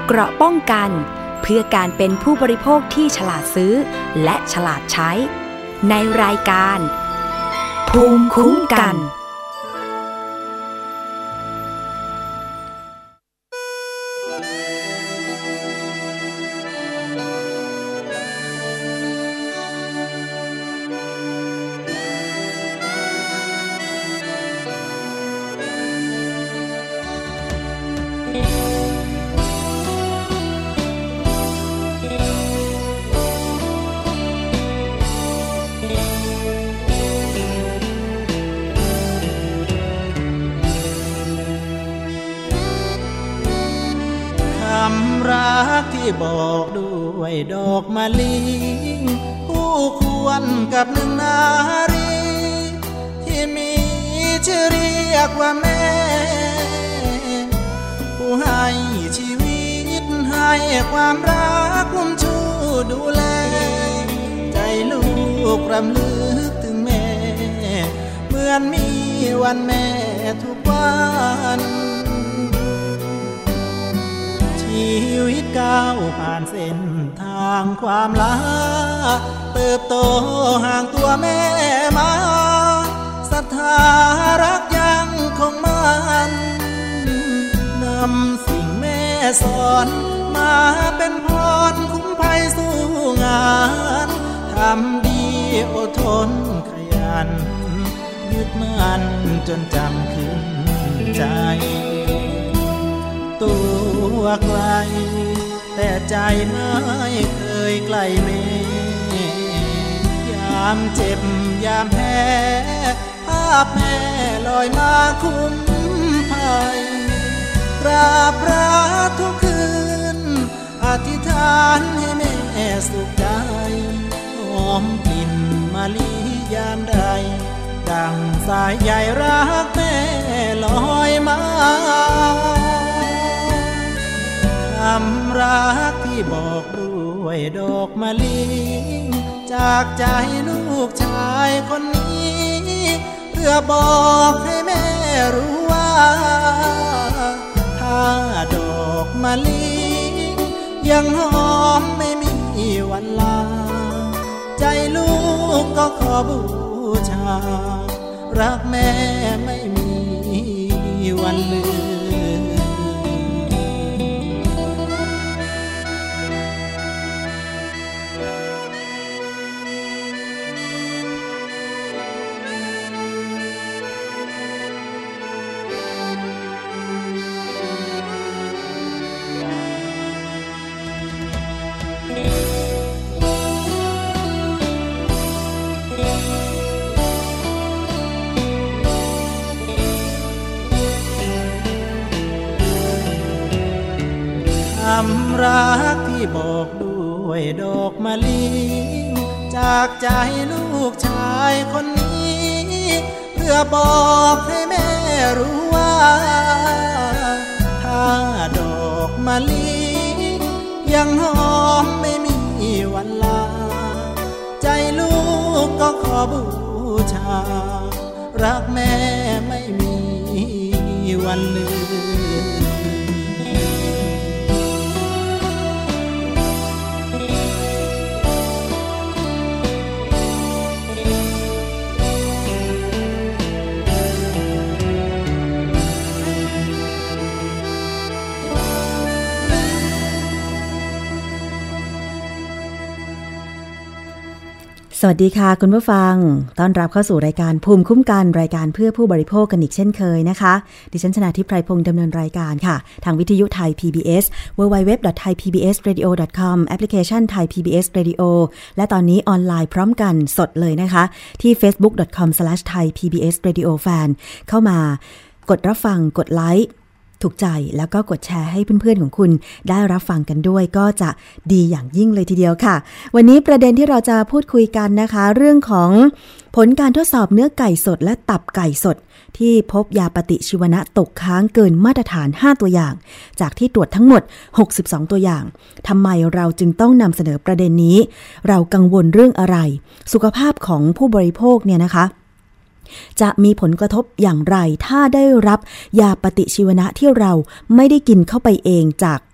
เกราะป้องกันเพื่อการเป็นผู้บริโภคที่ฉลาดซื้อและฉลาดใช้ในรายการภูมิคุ้มกันบอกด้วยดอกมะลิคู่ควรกับหนึ่งนารีที่มีชื่อเรียกว่าแม่ผู้ให้ชีวิตให้ความรักคุ้มชูดูแลใจลูกรำลึกถึงแม่เหมือนมีวันแม่ทุกวันชีวิตก้าวผ่านเส้นทางความลาเติบโตห่างตัวแม่มาศรัทธารักยังคงมันนำสิ่งแม่สอนมาเป็นพรคุ้มภัยสู้งานทำดีอดทนขยันยึดมั่นจนจำขึ้นใจตัวไกลแต่ใจไม่เคยไกลแม่ยามเจ็บยามแพ้ภาพแม่ลอยมาคุ้มภัยกราบพระทุกคืนอธิษฐานให้แม่สุขใจหอมกลิ่นมะลิยามใดดังสายใยรักแม่ลอยมาคำรักที่บอกด้วยดอกมะลิจากใจลูกชายคนนี้เพื่อบอกให้แม่รู้ว่าถ้าดอกมะลิยังหอมไม่มีวันลาใจลูกก็ขอบูชารักแม่ไม่มีวันลืมคำรักที่บอกด้วยดอกมะลิจากใจลูกชายคนนี้เพื่อบอกให้แม่รู้ว่าถ้าดอกมะลิยังหอมไม่มีวันลาใจลูกก็ขอบูชารักแม่ไม่มีวันลืมสวัสดีค่ะคุณผู้ฟังต้อนรับเข้าสู่รายการภูมิคุ้มกันรายการเพื่อผู้บริโภคกันอีกเช่นเคยนะคะดิฉันชนาธิป ไพรพงษ์ดำเนินรายการค่ะทางวิทยุไทย PBS www.thaipbsradio.com แอปพลิเคชัน Thai PBS Radio และตอนนี้ออนไลน์พร้อมกันสดเลยนะคะที่ facebook.com/thaipbsradiofan เข้ามากดรับฟังกดไลค์ถูกใจแล้วก็กดแชร์ให้เพื่อนๆของคุณได้รับฟังกันด้วยก็จะดีอย่างยิ่งเลยทีเดียวค่ะวันนี้ประเด็นที่เราจะพูดคุยกันนะคะเรื่องของผลการทดสอบเนื้อไก่สดและตับไก่สดที่พบยาปฏิชีวนะตกค้างเกินมาตรฐาน5ตัวอย่างจากที่ตรวจทั้งหมด62ตัวอย่างทำไมเราจึงต้องนำเสนอประเด็นนี้เรากังวลเรื่องอะไรสุขภาพของผู้บริโภคเนี่ยนะคะจะมีผลกระทบอย่างไรถ้าได้รับยาปฏิชีวนะที่เราไม่ได้กินเข้าไปเองจาก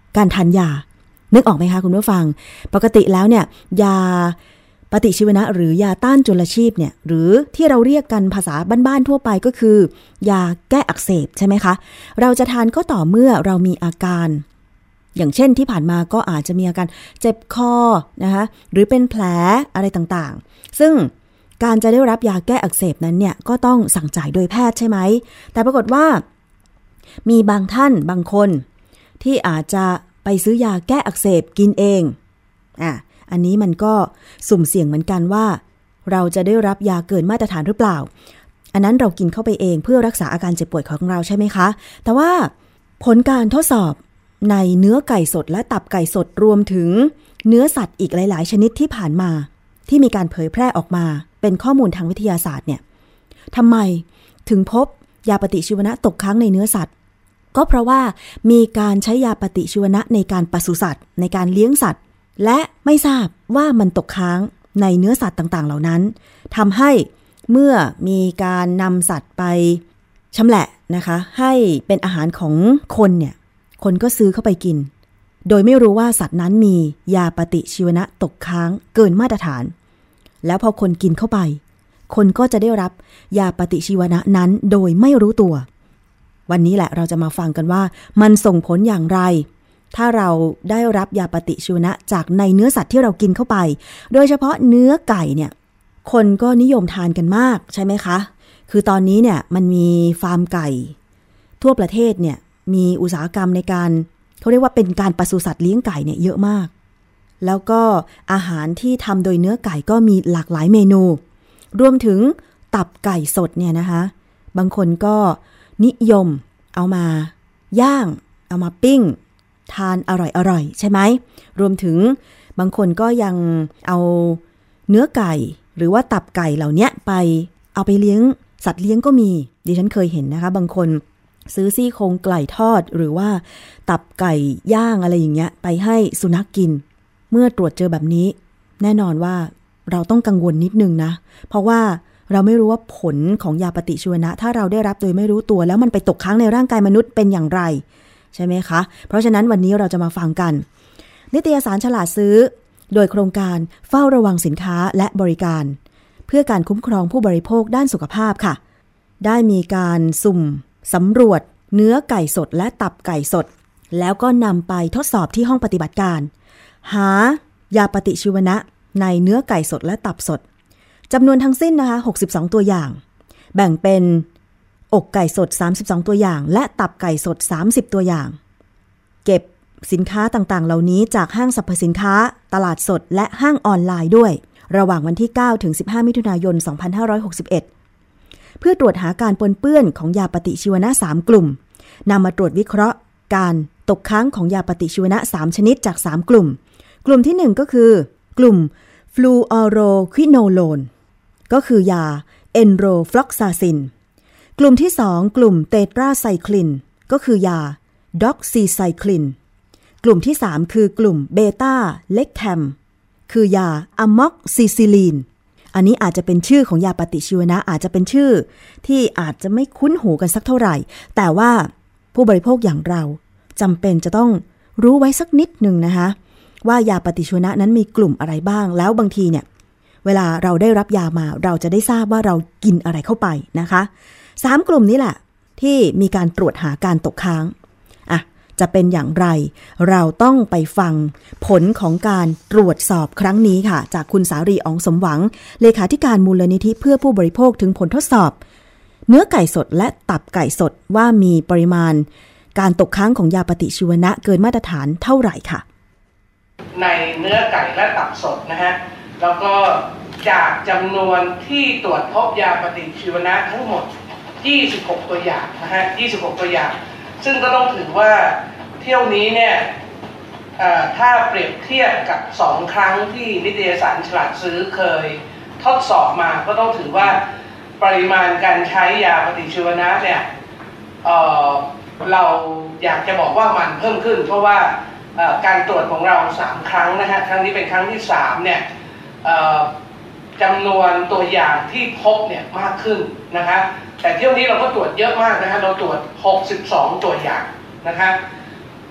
การทานยานึกออกไหมคะคุณผู้ฟังปกติแล้วเนี่ยยาปฏิชีวนะหรือยาต้านจุลชีพเนี่ยหรือที่เราเรียกกันภาษาบ้านๆทั่วไปก็คือยาแก้อักเสบใช่ไหมคะเราจะทานก็ต่อเมื่อเรามีอาการอย่างเช่นที่ผ่านมาก็อาจจะมีอาการเจ็บคอนะคะหรือเป็นแผลอะไรต่างๆซึ่งการจะได้รับยาแก้อักเสบนั้นเนี่ยก็ต้องสั่งจ่ายโดยแพทย์ใช่ไหมแต่ปรากฏว่ามีบางท่านบางคนที่อาจจะไปซื้อยาแก้อักเสบกินเองอันนี้มันก็สุ่มเสี่ยงเหมือนกันว่าเราจะได้รับยาเกินมาตรฐานหรือเปล่าอันนั้นเรากินเข้าไปเองเพื่อรักษาอาการเจ็บป่วยของเราใช่ไหมคะแต่ว่าผลการทดสอบในเนื้อไก่สดและตับไก่สดรวมถึงเนื้อสัตว์อีกหลายๆชนิดที่ผ่านมาที่มีการเผยแพร่ออกมาเป็นข้อมูลทางวิทยาศาสตร์เนี่ยทำไมถึงพบยาปฏิชีวนะตกค้างในเนื้อสัตว์ก็เพราะว่ามีการใช้ยาปฏิชีวนะในการปศุสัตว์ในการเลี้ยงสัตว์และไม่ทราบว่ามันตกค้างในเนื้อสัตว์ต่างๆเหล่านั้นทำให้เมื่อมีการนำสัตว์ไปชำแหละนะคะให้เป็นอาหารของคนเนี่ยคนก็ซื้อเข้าไปกินโดยไม่รู้ว่าสัตว์นั้นมียาปฏิชีวนะตกค้างเกินมาตรฐานแล้วพอคนกินเข้าไปคนก็จะได้รับยาปฏิชีวนะนั้นโดยไม่รู้ตัววันนี้แหละเราจะมาฟังกันว่ามันส่งผลอย่างไรถ้าเราได้รับยาปฏิชีวนะจากในเนื้อสัตว์ที่เรากินเข้าไปโดยเฉพาะเนื้อไก่เนี่ยคนก็นิยมทานกันมากใช่ไหมคะคือตอนนี้เนี่ยมันมีฟาร์มไก่ทั่วประเทศเนี่ยมีอุตสาหกรรมในการเขาเรียกว่าเป็นการปศุสัตว์เลี้ยงไก่เนี่ยเยอะมากแล้วก็อาหารที่ทำโดยเนื้อไก่ก็มีหลากหลายเมนูรวมถึงตับไก่สดเนี่ยนะคะบางคนก็นิยมเอามาย่างเอามาปิ้งทานอร่อยๆใช่ไหมรวมถึงบางคนก็ยังเอาเนื้อไก่หรือว่าตับไก่เหล่านี้ไปเอาไปเลี้ยงสัตว์เลี้ยงก็มีดิฉันเคยเห็นนะคะบางคนซื้อซี่โครงไก่ทอดหรือว่าตับไก่ย่างอะไรอย่างเงี้ยไปให้สุนัขกินเมื่อตรวจเจอแบบนี้แน่นอนว่าเราต้องกังวลนิดนึงนะเพราะว่าเราไม่รู้ว่าผลของยาปฏิชีวนะถ้าเราได้รับโดยไม่รู้ตัวแล้วมันไปตกค้างในร่างกายมนุษย์เป็นอย่างไรใช่ไหมคะเพราะฉะนั้นวันนี้เราจะมาฟังกันนิตยสารฉลาดซื้อโดยโครงการเฝ้าระวังสินค้าและบริการเพื่อการคุ้มครองผู้บริโภคด้านสุขภาพค่ะได้มีการสุ่มสำรวจเนื้อไก่สดและตับไก่สดแล้วก็นำไปทดสอบที่ห้องปฏิบัติการหายาปฏิชีวนะในเนื้อไก่สดและตับสดจำนวนทั้งสิ้นนะคะ62ตัวอย่างแบ่งเป็นอกไก่สด32ตัวอย่างและตับไก่สด30ตัวอย่างเก็บสินค้าต่างๆเหล่านี้จากห้างสรรพสินค้าตลาดสดและห้างออนไลน์ด้วยระหว่างวันที่9ถึง15มิถุนายน2561เพื่อตรวจหาการปนเปื้อนของยาปฏิชีวนะ3กลุ่มนำมาตรวจวิเคราะห์การตกค้างของยาปฏิชีวนะ3ชนิดจาก3กลุ่มกลุ่มที่1ก็คือกลุ่มฟลูออโรควิโนโลนก็คือยาเอนโรฟลอกซาซินกลุ่มที่2กลุ่มเตตราไซคลินก็คือยาด็อกซีไซคลินกลุ่มที่3คือกลุ่มเบต้าเลคแคมคือยาอะม็อกซิซิลีนอันนี้อาจจะเป็นชื่อของยาปฏิชีวนะอาจจะเป็นชื่อที่อาจจะไม่คุ้นหูกันสักเท่าไหร่แต่ว่าผู้บริโภคอย่างเราจำเป็นจะต้องรู้ไว้สักนิดหนึ่งนะคะว่ายาปฏิชีวนะนั้นมีกลุ่มอะไรบ้างแล้วบางทีเนี่ยเวลาเราได้รับยามาเราจะได้ทราบว่าเรากินอะไรเข้าไปนะคะ3กลุ่มนี้แหละที่มีการตรวจหาการตกค้างจะเป็นอย่างไรเราต้องไปฟังผลของการตรวจสอบครั้งนี้ค่ะจากคุณสารีอ๋องสมหวังเลขาธิการมูลนิธิเพื่อผู้บริโภคถึงผลทดสอบเนื้อไก่สดและตับไก่สดว่ามีปริมาณการตกค้างของยาปฏิชีวนะเกินมาตรฐานเท่าไหร่ค่ะในเนื้อไก่และตับสดนะฮะแล้วก็จากจำนวนที่ตรวจพบยาปฏิชีวนะทั้งหมด26ตัวอย่างนะฮะ26ตัวอย่างซึ่งก็ต้องถือว่าเที่ยวนี้เนี่ยถ้าเปรียบเทียบกับ2ครั้งที่นิตยสารฉลาดซื้อเคยทดสอบมาก็ต้องถือว่าปริมาณการใช้ยาปฏิชีวนะเนี่ยเราอยากจะบอกว่ามันเพิ่มขึ้นเพราะว่าการตรวจของเรา3ครั้งนะฮะครั้งนี้เป็นครั้งที่3เนี่ยจำนวนตัวอย่างที่พบเนี่ยมากขึ้นนะคะแต่เที่ยวนี้เราก็ตรวจเยอะมากนะฮะเราตรวจ62ตัวอย่างนะคะ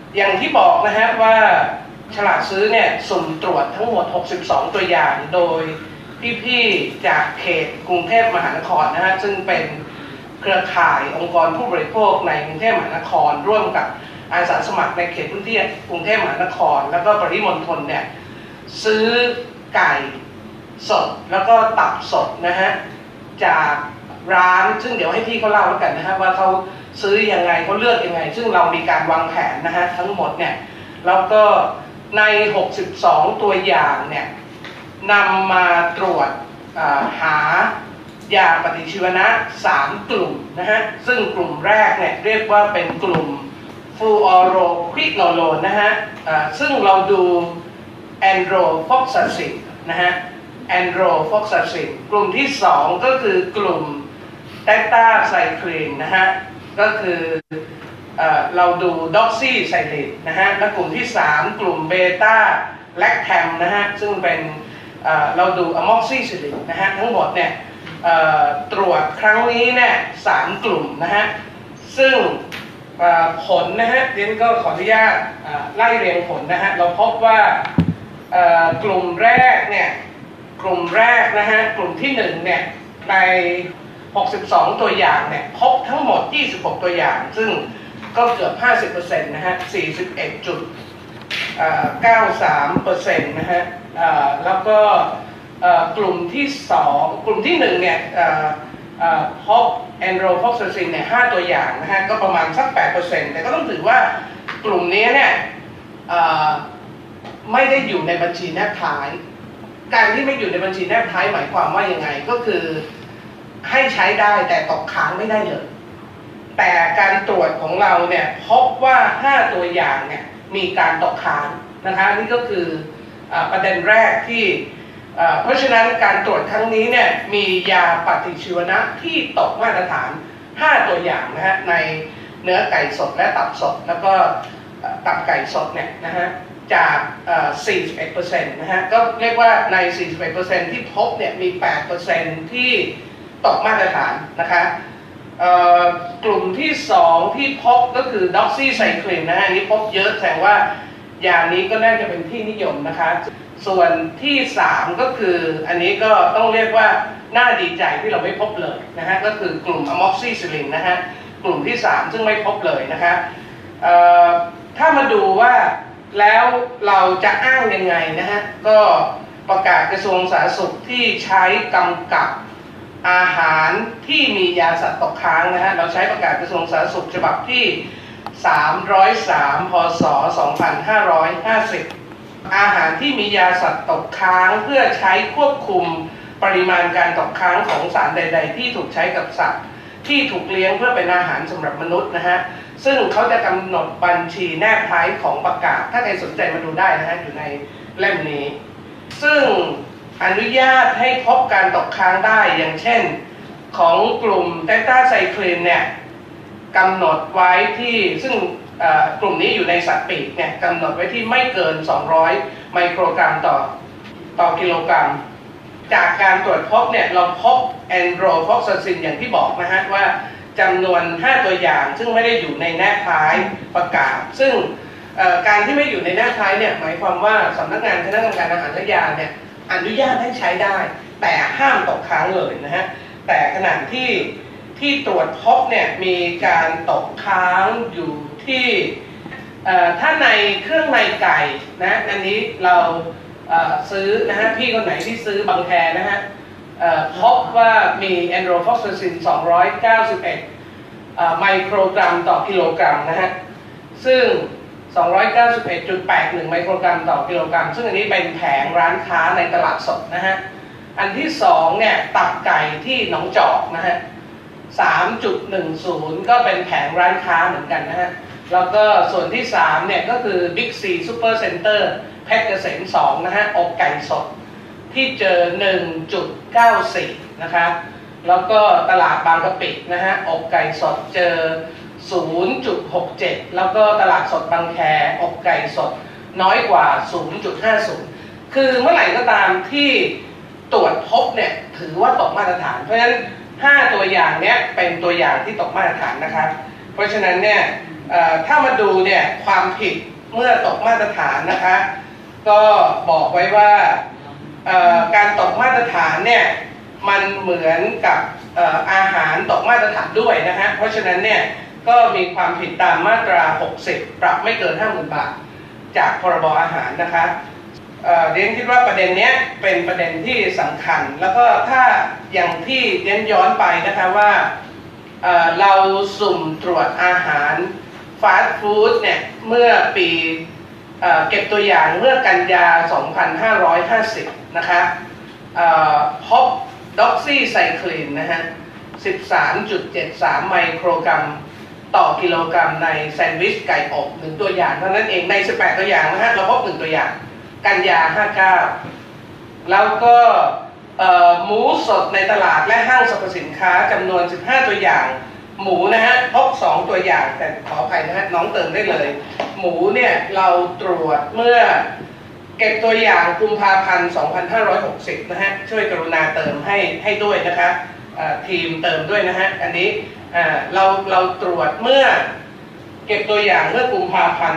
อย่างที่บอกนะฮะว่าฉลาดซื้อเนี่ยสุ่มตรวจทั้งหมด62ตัวอย่างโดยพี่ๆจากเขตกรุงเทพมหานครนะฮะซึ่งเป็นเครือข่ายองค์กรผู้บริโภคในกรุงเทพมหานครร่วมกับอาสาสมัครในเขตพื้นที่กรุงเทพมหานครแล้วก็ปริมณฑลเนี่ยซื้อไก่สดแล้วก็ตับสดนะฮะจากร้านซึ่งเดี๋ยวให้พี่เขาเล่าแล้วกันนะฮะว่าเขาซื้อยังไงเขาเลือกยังไงซึ่งเรามีการวางแผนนะฮะทั้งหมดเนี่ยแล้วก็ใน62ตัวอย่างเนี่ยนำมาตรวจหายาปฏิชีวนะ3กลุ่มนะฮะซึ่งกลุ่มแรกเนี่ยเรียกว่าเป็นกลุ่มฟลูออโรควิโนโลนนะฮะซึ่งเราดูแอนโดรฟอกซาซินนะฮะแอนโดรฟอกซาซินกลุ่มที่2ก็คือกลุ่มเตต้าไซคลีนนะฮะก็คือเราดูด็อกซี่ไซลินนะฮะและกลุ่มที่3กลุ่มเบต้าแลคแทมนะฮะซึ่งเป็นเราดูอะม็อกซิซิลินนะฮะทั้งหมดเนี่ยตรวจครั้งนี้เนี่ย3กลุ่มนะฮะซึ่งผลนะฮะเรียนก็ขออนุญาตไล่เรียงผลนะฮะเราพบว่ากลุ่มแรกเนี่ยกลุ่มแรกนะฮะกลุ่มที่1เนี่ยใน62ตัวอย่างเนี่ยพบทั้งหมด26ตัวอย่างซึ่งก็เกือบ 50% นะฮะ 41.93% นะฮะแล้วก็กลุ่มที่2กลุ่มที่1เนี่ยพบแอนโดรฟอกซาซินเนี่ย5ตัวอย่างนะฮะก็ประมาณสัก 8% แต่ก็ต้องถือว่ากลุ่มนี้เนี่ยไม่ได้อยู่ในบัญชีแนบท้ายการที่ไม่อยู่ในบัญชีแนบท้ายหมายความว่ายังไงก็คือให้ใช้ได้แต่ตกค้างไม่ได้เลยแต่การตรวจของเราเนี่ยพบว่า5ตัวอย่างเนี่ยมีการตกค้างนะคะนี่ก็คือประเด็นแรกที่เพราะฉะนั้นการตรวจครั้งนี้เนี่ยมียาปฏิชีวนะที่ตกมาตรฐาน5ตัวอย่างนะฮะในเนื้อไก่สดและตับสดแล้วก็ตับไก่สดเนี่ยนะฮะจาก41% นะฮะก็เรียกว่าใน 41% ที่พบเนี่ยมี 8% ที่ตกมาตรฐานนะคะกลุ่มที่2ที่พบก็คือด็อกซี่ไซคลินนะฮะนี้พบเยอะแสดงว่ายานี้ก็น่าจะเป็นที่นิยมนะคะส่วนที่3ก็คืออันนี้ก็ต้องเรียกว่าน่าดีใจที่เราไม่พบเลยนะฮะก็คือกลุ่มอะม็อกซิซิลินนะฮะกลุ่มที่3ซึ่งไม่พบเลยนะคะถ้ามาดูว่าแล้วเราจะอ้างยังไงนะฮะก็ประกาศกระทรวงสาธารณสุขที่ใช้กำกับอาหารที่มียาสัตว์ตกค้างนะฮะเราใช้ประกาศกระทรวงสาธารณสุขฉบับที่303 พ.ศ. 2550อาหารที่มียาสัตว์ตกค้างเพื่อใช้ควบคุมปริมาณการตกค้างของสารใดๆที่ถูกใช้กับสัตว์ที่ถูกเลี้ยงเพื่อเป็นอาหารสำหรับมนุษย์นะฮะซึ่งเขาจะกำหนดบัญชีแนบท้ายของประกาศถ้าใครสนใจมาดูได้นะฮะอยู่ในเล่มนี้ซึ่งอนุญาตให้พบการตกค้างได้อย่างเช่นของกลุ่มเตต้าไซคลินเนี่ยกำหนดไว้ที่ซึ่งกลุ่มนี้อยู่ในสัตว์ปีกเนี่ยกำหนดไว้ที่ไม่เกิน200ไมโครกรัมต่อกิโลกรัมจากการตรวจพบเนี่ยเราพบแอนโดรฟอกซาซินอย่างที่บอกนะฮะว่าจำนวน5ตัวอย่างซึ่งไม่ได้อยู่ในแนบท้ายประกาศซึ่งการที่ไม่อยู่ในแนบท้ายเนี่ยหมายความว่าสำนักงานคณะกรรมการอาหารและยาเนี่ยอนุญาตให้ใช้ได้แต่ห้ามตกค้างเลยนะฮะแต่ขณะที่ตรวจพบเนี่ยมีการตกค้างอยู่ที่ถ้าในเครื่องในไก่นะอันนี้เราซื้อนะฮะพี่คนไหนที่ซื้อบางแคนะฮะพบว่ามีแอนโดรฟอกซาซิน291ไมโครกรัมต่อกิโลกรัมนะฮะซึ่ง291.81 ไมโครกรัมต่อกิโลกรัมซึ่งอันนี้เป็นแผงร้านค้าในตลาดสดนะฮะอันที่2เนี่ยตับไก่ที่หนองจอกนะฮะ 3.10 ก็เป็นแผงร้านค้าเหมือนกันนะฮะแล้วก็ส่วนที่3เนี่ยก็คือ Big C Super Center เพชรเกษม2นะฮะอกไก่สดที่เจอ 1.94 นะคะแล้วก็ตลาดบางกะปินะฮะอกไก่สดเจอ 0.67 แล้วก็ตลาดสดบางแคอกไก่สดน้อยกว่า 0.50 คือเมื่อไหร่ก็ตามที่ตรวจพบเนี่ยถือว่าตกมาตรฐานเพราะฉะนั้น5ตัวอย่างเนี้ยเป็นตัวอย่างที่ตกมาตรฐานนะครับเพราะฉะนั้นเนี่ยถ้ามาดูเนี่ยความผิดเมื่อตกมาตรฐานนะคะก็บอกไว้ว่าการตกมาตรฐานเนี่ยมันเหมือนกับอาหารตกมาตรฐานด้วยนะฮะเพราะฉะนั้นเนี่ยก็มีความผิดตามมาตรา60ปรับไม่เกิน 50,000 บาทจากพรบอาหารนะคะเรียนคิดว่าประเด็นนี้เป็นประเด็นที่สำคัญแล้วก็ถ้าอย่างที่เรียนย้อนไปนะคะว่าเราสุ่มตรวจอาหารฟาสต์ฟู้ดเนี่ยเมื่อปีเก็บตัวอย่างเมื่อกันยา 2550 นะคะพบด็อกซี่ไซคลินนะฮะ 13.73 ไมโครกรัมต่อกิโลกรัมในแซนด์วิชไก่อบ1ตัวอย่างเท่านั้นเองใน18ตัวอย่างนะฮะเราพบ1ตัวอย่างกันยา 59แล้วก็หมูสดในตลาดและห้างสรรพสินค้าจำนวน15ตัวอย่างหมูนะฮะพบ2ตัวอย่างแต่ขออภัยนะฮะน้องเติมได้เลยหมูเนี่ยเราตรวจเมื่อเก็บตัวอย่างกุมภาพันธ์ 2560 นะฮะช่วยกรุณาเติมให้ด้วยนะคะทีมเติมด้วยนะฮะอันนี้เราตรวจเมื่อเก็บตัวอย่างเมื่อกุมภาพันธ์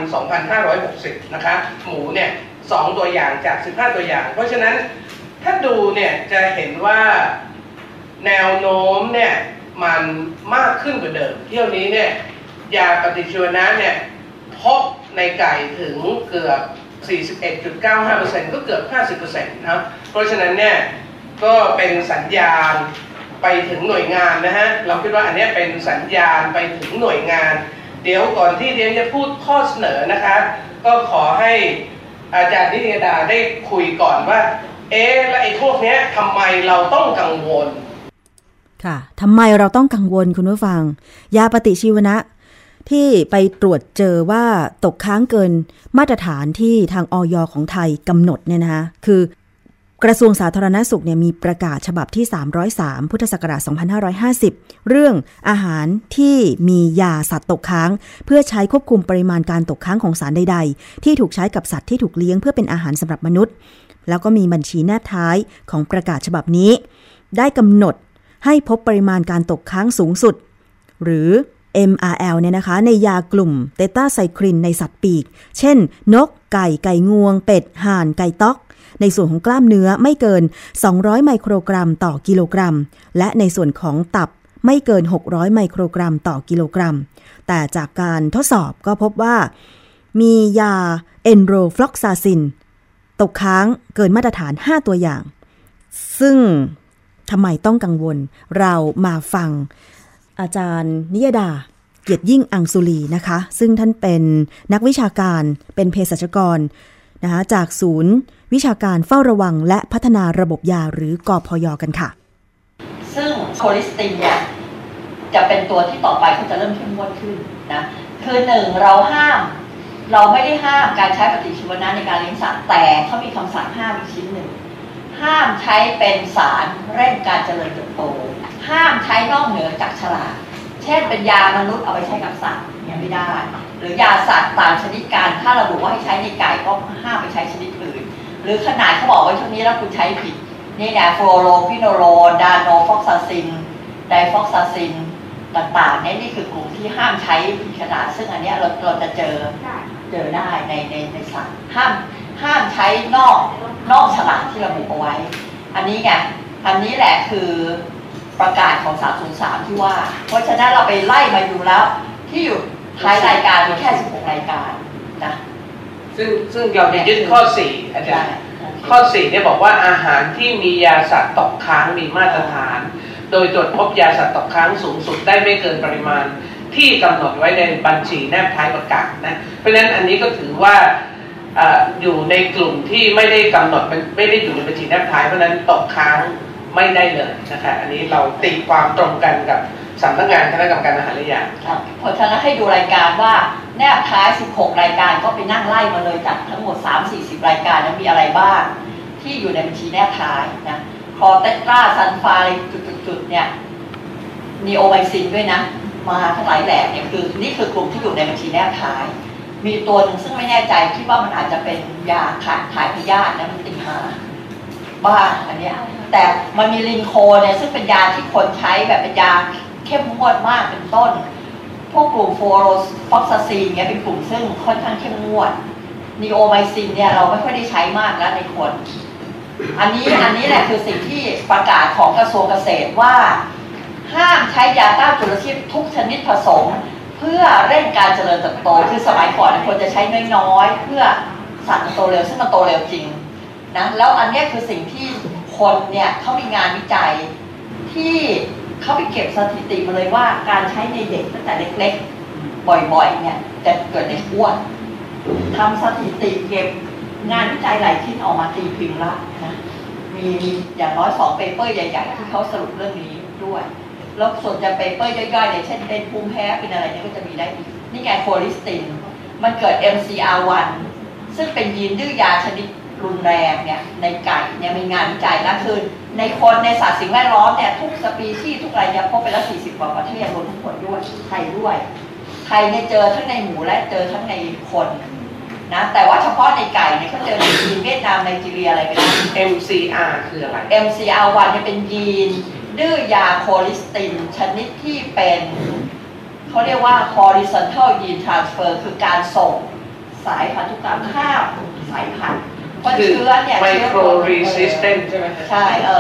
2560 นะคะหมูเนี่ย2ตัวอย่างจาก15ตัวอย่างเพราะฉะนั้นถ้าดูเนี่ยจะเห็นว่าแนวโน้มเนี่ยมันมากขึ้นกว่าเดิมเที่ยวนี้เนี่ยยาปฏิชีวนะเนี่ยพบในไก่ถึงเกือบ 41.95% ก็เกือบ 50% นะครับเพราะฉะนั้นเนี่ยก็เป็นสัญญาณไปถึงหน่วยงานนะฮะเราคิดว่าอันนี้เป็นสัญญาณไปถึงหน่วยงานเดี๋ยวก่อนที่เรียนจะพูดข้อเสนอนะคะก็ขอให้อาจารย์นิตยดาได้คุยก่อนว่าแล้วไอ้พวกนี้ทำไมเราต้องกังวลค่ะทำไมเราต้องกังวลคุณผู้ฟังยาปฏิชีวนะที่ไปตรวจเจอว่าตกค้างเกินมาตรฐานที่ทางอย.ของไทยกำหนดเนี่ยนะคะคือกระทรวงสาธารณสุขเนี่ยมีประกาศฉบับที่303พุทธศักราช2550เรื่องอาหารที่มียาสัตว์ตกค้างเพื่อใช้ควบคุมปริมาณการตกค้างของสารใดๆที่ถูกใช้กับสัตว์ที่ถูกเลี้ยงเพื่อเป็นอาหารสำหรับมนุษย์แล้วก็มีบัญชีแนบท้ายของประกาศฉบับนี้ได้กำหนดให้พบปริมาณการตกค้างสูงสุดหรือ MRL เนี่ยนะคะในยากลุ่มเตตราไซคลินในสัตว์ปีกเช่นนกไก่งวงเป็ดห่านไก่ต๊อกในส่วนของกล้ามเนื้อไม่เกิน200ไมโครกรัมต่อกิโลกรัมและในส่วนของตับไม่เกิน600ไมโครกรัมต่อกิโลกรัมแต่จากการทดสอบก็พบว่ามียาเอนโรฟลอกซาซินตกค้างเกินมาตรฐาน5ตัวอย่างซึ่งทำไมต้องกังวลเรามาฟังอาจารย์นิยดาเกียรติยิ่งอังสุรีนะคะซึ่งท่านเป็นนักวิชาการเป็นเภสัชกรนะคะจากศูนย์วิชาการเฝ้าระวังและพัฒนาระบบยาหรือกพย.กันค่ะซึ่งโคลิสตินเนี่ยจะเป็นตัวที่ต่อไปเขาจะเริ่มเข้มงวดขึ้นนะคือหนึ่งเราไม่ได้ห้ามการใช้ปฏิชีวนะในการเลี้ยงสัตว์แต่เขามีคำสั่งห้ามอีกชิ้นหนึ่งห้ามใช้เป็นสารเร่งการเจริญเติบโตห้ามใช้นอกเหนือจากฉลากเช่นเป็นยามนุษย์เอาไปใช้กับสัตว์ยังไม่ได้หรือยาสัตว์ตามชนิดการถ้าระบุว่าให้ใช้ในไก่ก็ห้ามไปใช้ชนิดอื่นหรือขนาดเขาบอกไว้ช่วงนี้แล้วคุณใช้ผิดนี่นะฟลูโรพิโนโลดาโนฟอกซาซินไดฟอกซาซินต่างๆนี่คือกลุ่มที่ห้ามใช้ผิดขนาดซึ่งอันนี้เราจะเจอได้ในสัตว์ห้ามใช้นอกฉลากที่ระบุเอาไว้อันนี้ไงอันนี้แหละคือประกาศของ303ที่ว่าเพราะฉะนั้นเราไปไล่มาดูแล้วที่อยู่ท้ายรายการมีแค่16รายการนะซึ่งเราจะยึดข้อ4อาจารย์ข้อ4เนี่ยบอกว่าอาหารที่มียาสัตว์ตกค้างมีมาตรฐานโดยตรวจพบยาสัตว์ตกค้างสูงสุดได้ไม่เกินปริมาณที่กำหนดไว้ในบัญชีแนบท้ายประกาศนะเพราะฉะนั้นอันนี้ก็ถือว่าอยู่ในกลุ่มที่ไม่ได้กำหนดไม่ได้อยู่ในบัญชีแนบท้ายเพราะนั้นตกค้างไม่ได้เลยนะคะอันนี้เราตีความตรงกันกับสำนักงานคณะกรรมการอาหารและยาเพราะฉะนั้นให้ดูรายการว่าแนบท้าย16รายการก็ไปนั่งไล่มาเลยจากทั้งหมด 3-40 รายการนั้นมีอะไรบ้างที่อยู่ในบัญชีแนบท้ายนะคลอเตตราซันฟาจุดๆเนี่ยนีโอไมซินด้วยนะมาทั้งหลายแหล่เนี่ยคือนี่คือกลุ่มที่อยู่ในบัญชีแนบท้ายมีตัวหนึ่งซึ่งไม่แน่ใจคิดว่ามันอาจจะเป็นยาถ่ายพยาธินะมันติดหาบ้างอันเนี้ยแต่มันมีลินโคเนี่ยซึ่งเป็นยาที่คนใช้แบบเป็นยาเข้มงวดมากเป็นต้นพวกกลุ่มโฟโรฟอกซาซีนเนี่ยเป็นกลุ่มซึ่งค่อนข้างเข้มงวดนีโอไมซินเนี่ยเราไม่ค่อยได้ใช้มากแล้วในคนอันนี้แหละคือสิ่งที่ประกาศของกระทรวงเกษตรว่าห้ามใช้ยาต้านจุลชีพทุกชนิดผสมเพื่อเร่งการเจริญเติบโตคือสมัยก่อนควรจะใช้น้อยๆเพื่อสัตว์มันโตเร็วซึ่งมันโตเร็วจริงนะแล้วอันนี้คือสิ่งที่คนเนี่ยเขามีงานวิจัยที่เขาไปเก็บสถิติมาเลยว่าการใช้ในเด็กตั้งแต่เล็กๆบ่อยๆเนี่ยจะเกิดเด็กอ้วนทำสถิติเก็บงานวิจัยหลายชิ้นออกมาตีพิมพ์ละนะมีอย่างน้อย2เปเปอร์ใหญ่ๆที่เขาสรุปเรื่องนี้ด้วยแล้วส่วนจะเปเปอร์ย่อยๆเนี่ยเช่นเป็นภูมิแพ้เป็นอะไรเนี่ยก็จะมีได้อีกนี่ไงโคลิสตินมันเกิด MCR1 ซึ่งเป็นยีนดื้อยาชนิดรุนแรงเนี่ยในไก่เนี่ยมีงานวิจัยแล้วคือในคนในสัตว์สิ่งแวดล้อมเนี่ยทุกสปีชีส์ทุกอะไรเนี่ยพบไปแล้ว40กว่าประเทศรวมทั้งหมดด้วยไทยด้วยไทยเนี่ยเจอทั้งในหมูและเจอทั้งในคนนะแต่ว่าเฉพาะในไก่เนี่ยเขาเจอในยีนเวียดนามไนจีเรียอะไรไปแล้ว MCR คืออะไร MCR1 เนี่ยเป็นยีนดื้อยาโคลิสตินชนิดที่เป็นเขาเรียกว่า horizontal gene transfer คือการส่งสายพันธุกรรมข้ามสายพันธุ์เพราะเชื้อเนี่ย micro resistant ใช่ไหมใช่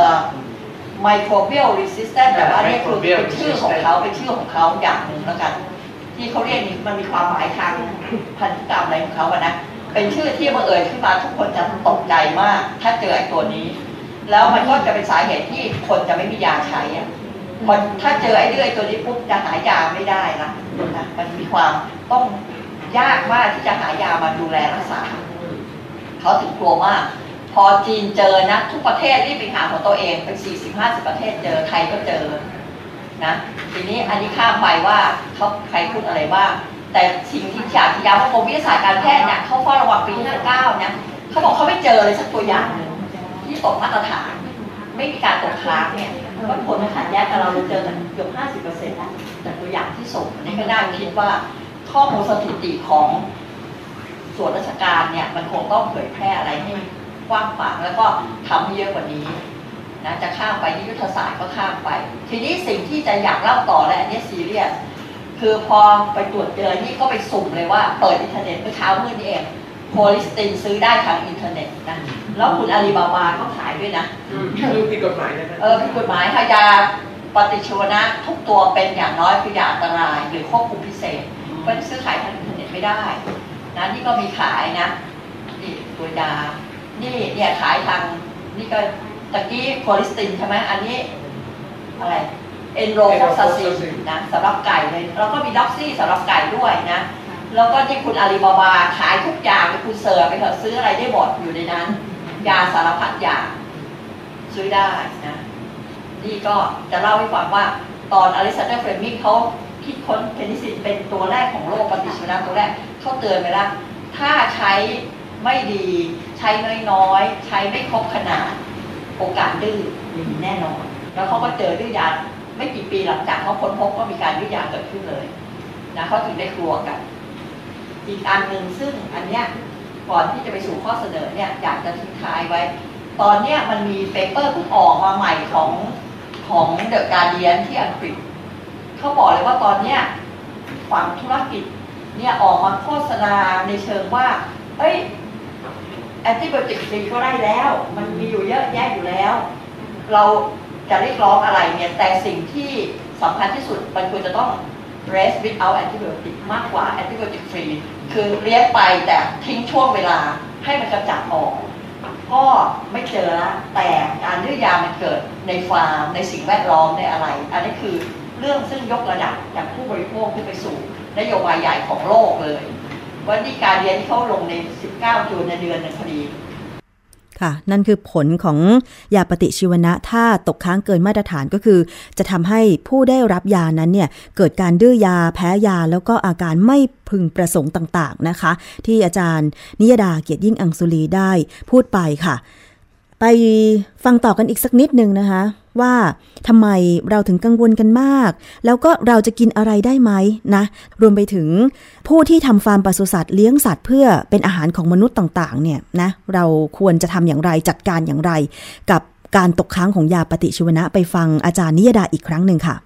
microbial resistant แต่ว่านี่คือเป็นชื่อของเขาอย่างหนึ่งแล้วกันที่เขาเรียกนี่มันมีความหมายทางพันธุกรรมอะไรของเขาอะนะเป็นชื่อที่เมื่อเอ่ยขึ้นมาทุกคนจะตกใจมากถ้าเจอไอ้ตัวนี้แล้วมันก็จะเป็นสาเหตุที่คนจะไม่มียาใช้อะคนถ้าเจอไอ้เรื่อยตัวนี้ปุ๊บจะหายาไม่ได้นะมันมีความต้องยากมากที่จะหายามาดูแลรักษาเขาถึงกลัวมากพอจีนเจอนะทุกประเทศรีบไปหาของตัวเองเป็น40-50ประเทศเจอไทยก็เจอนะทีนี้อันนี้ข้ามไปว่าเขาใครพูดอะไรบ้างแต่สิ่งที่อยากจะย้ำว่ากรมวิทยาศาสตร์การแพทย์เนี่ยเขาเฝ้าระวังปี59เนี่ยเขาบอกเขาไม่เจอเลยสักตัวอย่างนึงที่ตกมาตรฐานไม่มีการตกค้างเนี่ยก็ผลมันขัดแย้งกับเราเจอกันเกือบ50%แล้วแต่ตัวอย่างที่ส่งอันนี้ก็น่าคิดว่าข้อมูลสถิติของส่วนราชการเนี่ยมันคงต้องเผยแพร่อะไรให้กว้างขวางแล้วก็ทำให้เยอะกว่านี้นะจะข้ามไปยุทธศาสตร์ก็ข้ามไปทีนี้สิ่งที่จะอยากเล่าต่อและอันนี้ซีเรียสคือพอไปตรวจเจอนี่ก็ไปสุ่มเลยว่าเปิดอินเทอร์เน็ตเมื่อเช้ามืดนี่เองโคลิสตินซื้อได้ทางอินเทอร์เน็ตนะแล้วคุณอาลีบาบาก็ขายด้วยนะคือผิดกฎหมายนะผิดกฎหมายค่ะยาปฏิชีวนะทุกตัวเป็นอย่างน้อยคือยาอันตรายหรือควบคุมพิเศษก็ซื้อขายทางอินเทอร์เน็ตไม่ได้นะนี่ก็มีขายนะนี่ตัวยานี่เนี่ยขายทางนี่ก็ตะกี้โคลิสตินใช่ไหมอันนี้อะไรเอนโรฟอกซาซินนะสำหรับไก่เลยแล้วก็มีด็อกซี่สำหรับไก่ด้วยนะแล้วก็ที่คุณอาลีบาบาขายทุกอย่างไปคุณเสิร์ฟไปเถอะซื้ออะไรได้หมดอยู่ในนั้นยาสารพัดอย่างซื้อได้นะนี่ก็จะเล่าให้ฟังว่าตอนอเล็กซานเดอร์เฟลมิงเขาคิดค้นเพนิซิลเป็นตัวแรกของโลกปฏิชีวนะตัวแรกเขาเตือนไปแล้วถ้าใช้ไม่ดีใช้น้อยๆใช้ไม่ครบขนาดโอกาสดื้อมีแน่นอนแล้วเขาก็เจอดื้อยาไม่กี่ปีหลังจากเขาค้นพบก็มีการดื้อยาเกิดขึ้นเลยนะเขาถึงได้กลัวกันอีกอันหนึ่งซึ่งอันเนี้ยก่อนที่จะไปสู่ข้อเสนอเนี่ยอยากจะทิ้งท้ายไว้ตอนเนี้ยมันมีเปเปอร์เพิ่งออกมาใหม่ของเดอะการ์เดียนที่อังกฤษเขาบอกเลยว่าตอนเนี้ยฝั่งธุรกิจเนี่ยออกมาโฆษณาในเชิงว่าแอนติไบโอติกฟรีก็ได้แล้วมันมีอยู่เยอะแยะอยู่แล้วเราจะเรียกร้องอะไรเนี่ยแต่สิ่งที่สำคัญที่สุดมันควรจะต้อง raise without antibiotic มากกว่า antibiotic free คือเลี้ยงไปแต่ทิ้งช่วงเวลาให้มันกำจัดออกก็ไม่เจอแล้วแต่การดื้อยามันเกิดในฟาร์มในสิ่งแวดล้อมในอะไรอันนี้คือเรื่องซึ่งยกระดับจากผู้บริโภคขึ้นไปสู่นโยบายใหญ่ของโลกเลยวันนี้การเรียนที่เขาลงใน19จูนในเดือนนึงพอดีค่ะนั่นคือผลของยาปฏิชีวนะถ้าตกค้างเกินมาตรฐานก็คือจะทำให้ผู้ได้รับยานั้นเนี่ยเกิดการดื้อยาแพ้ยาแล้วก็อาการไม่พึงประสงค์ต่างๆนะคะที่อาจารย์นิยดาเกียรติยิ่งอังสุรีได้พูดไปค่ะไปฟังต่อกันอีกสักนิดนึงนะคะว่าทำไมเราถึงกังวลกันมากแล้วก็เราจะกินอะไรได้ไหมนะรวมไปถึงผู้ที่ทำฟาร์มปศุสัตว์เลี้ยงสัตว์เพื่อเป็นอาหารของมนุษย์ต่างๆเนี่ยนะเราควรจะทำอย่างไรจัดการอย่างไรกับการตกค้างของยาปฏิชีวนะไปฟังอาจารย์นิยดาอีกครั้งหนึ่งค่ะ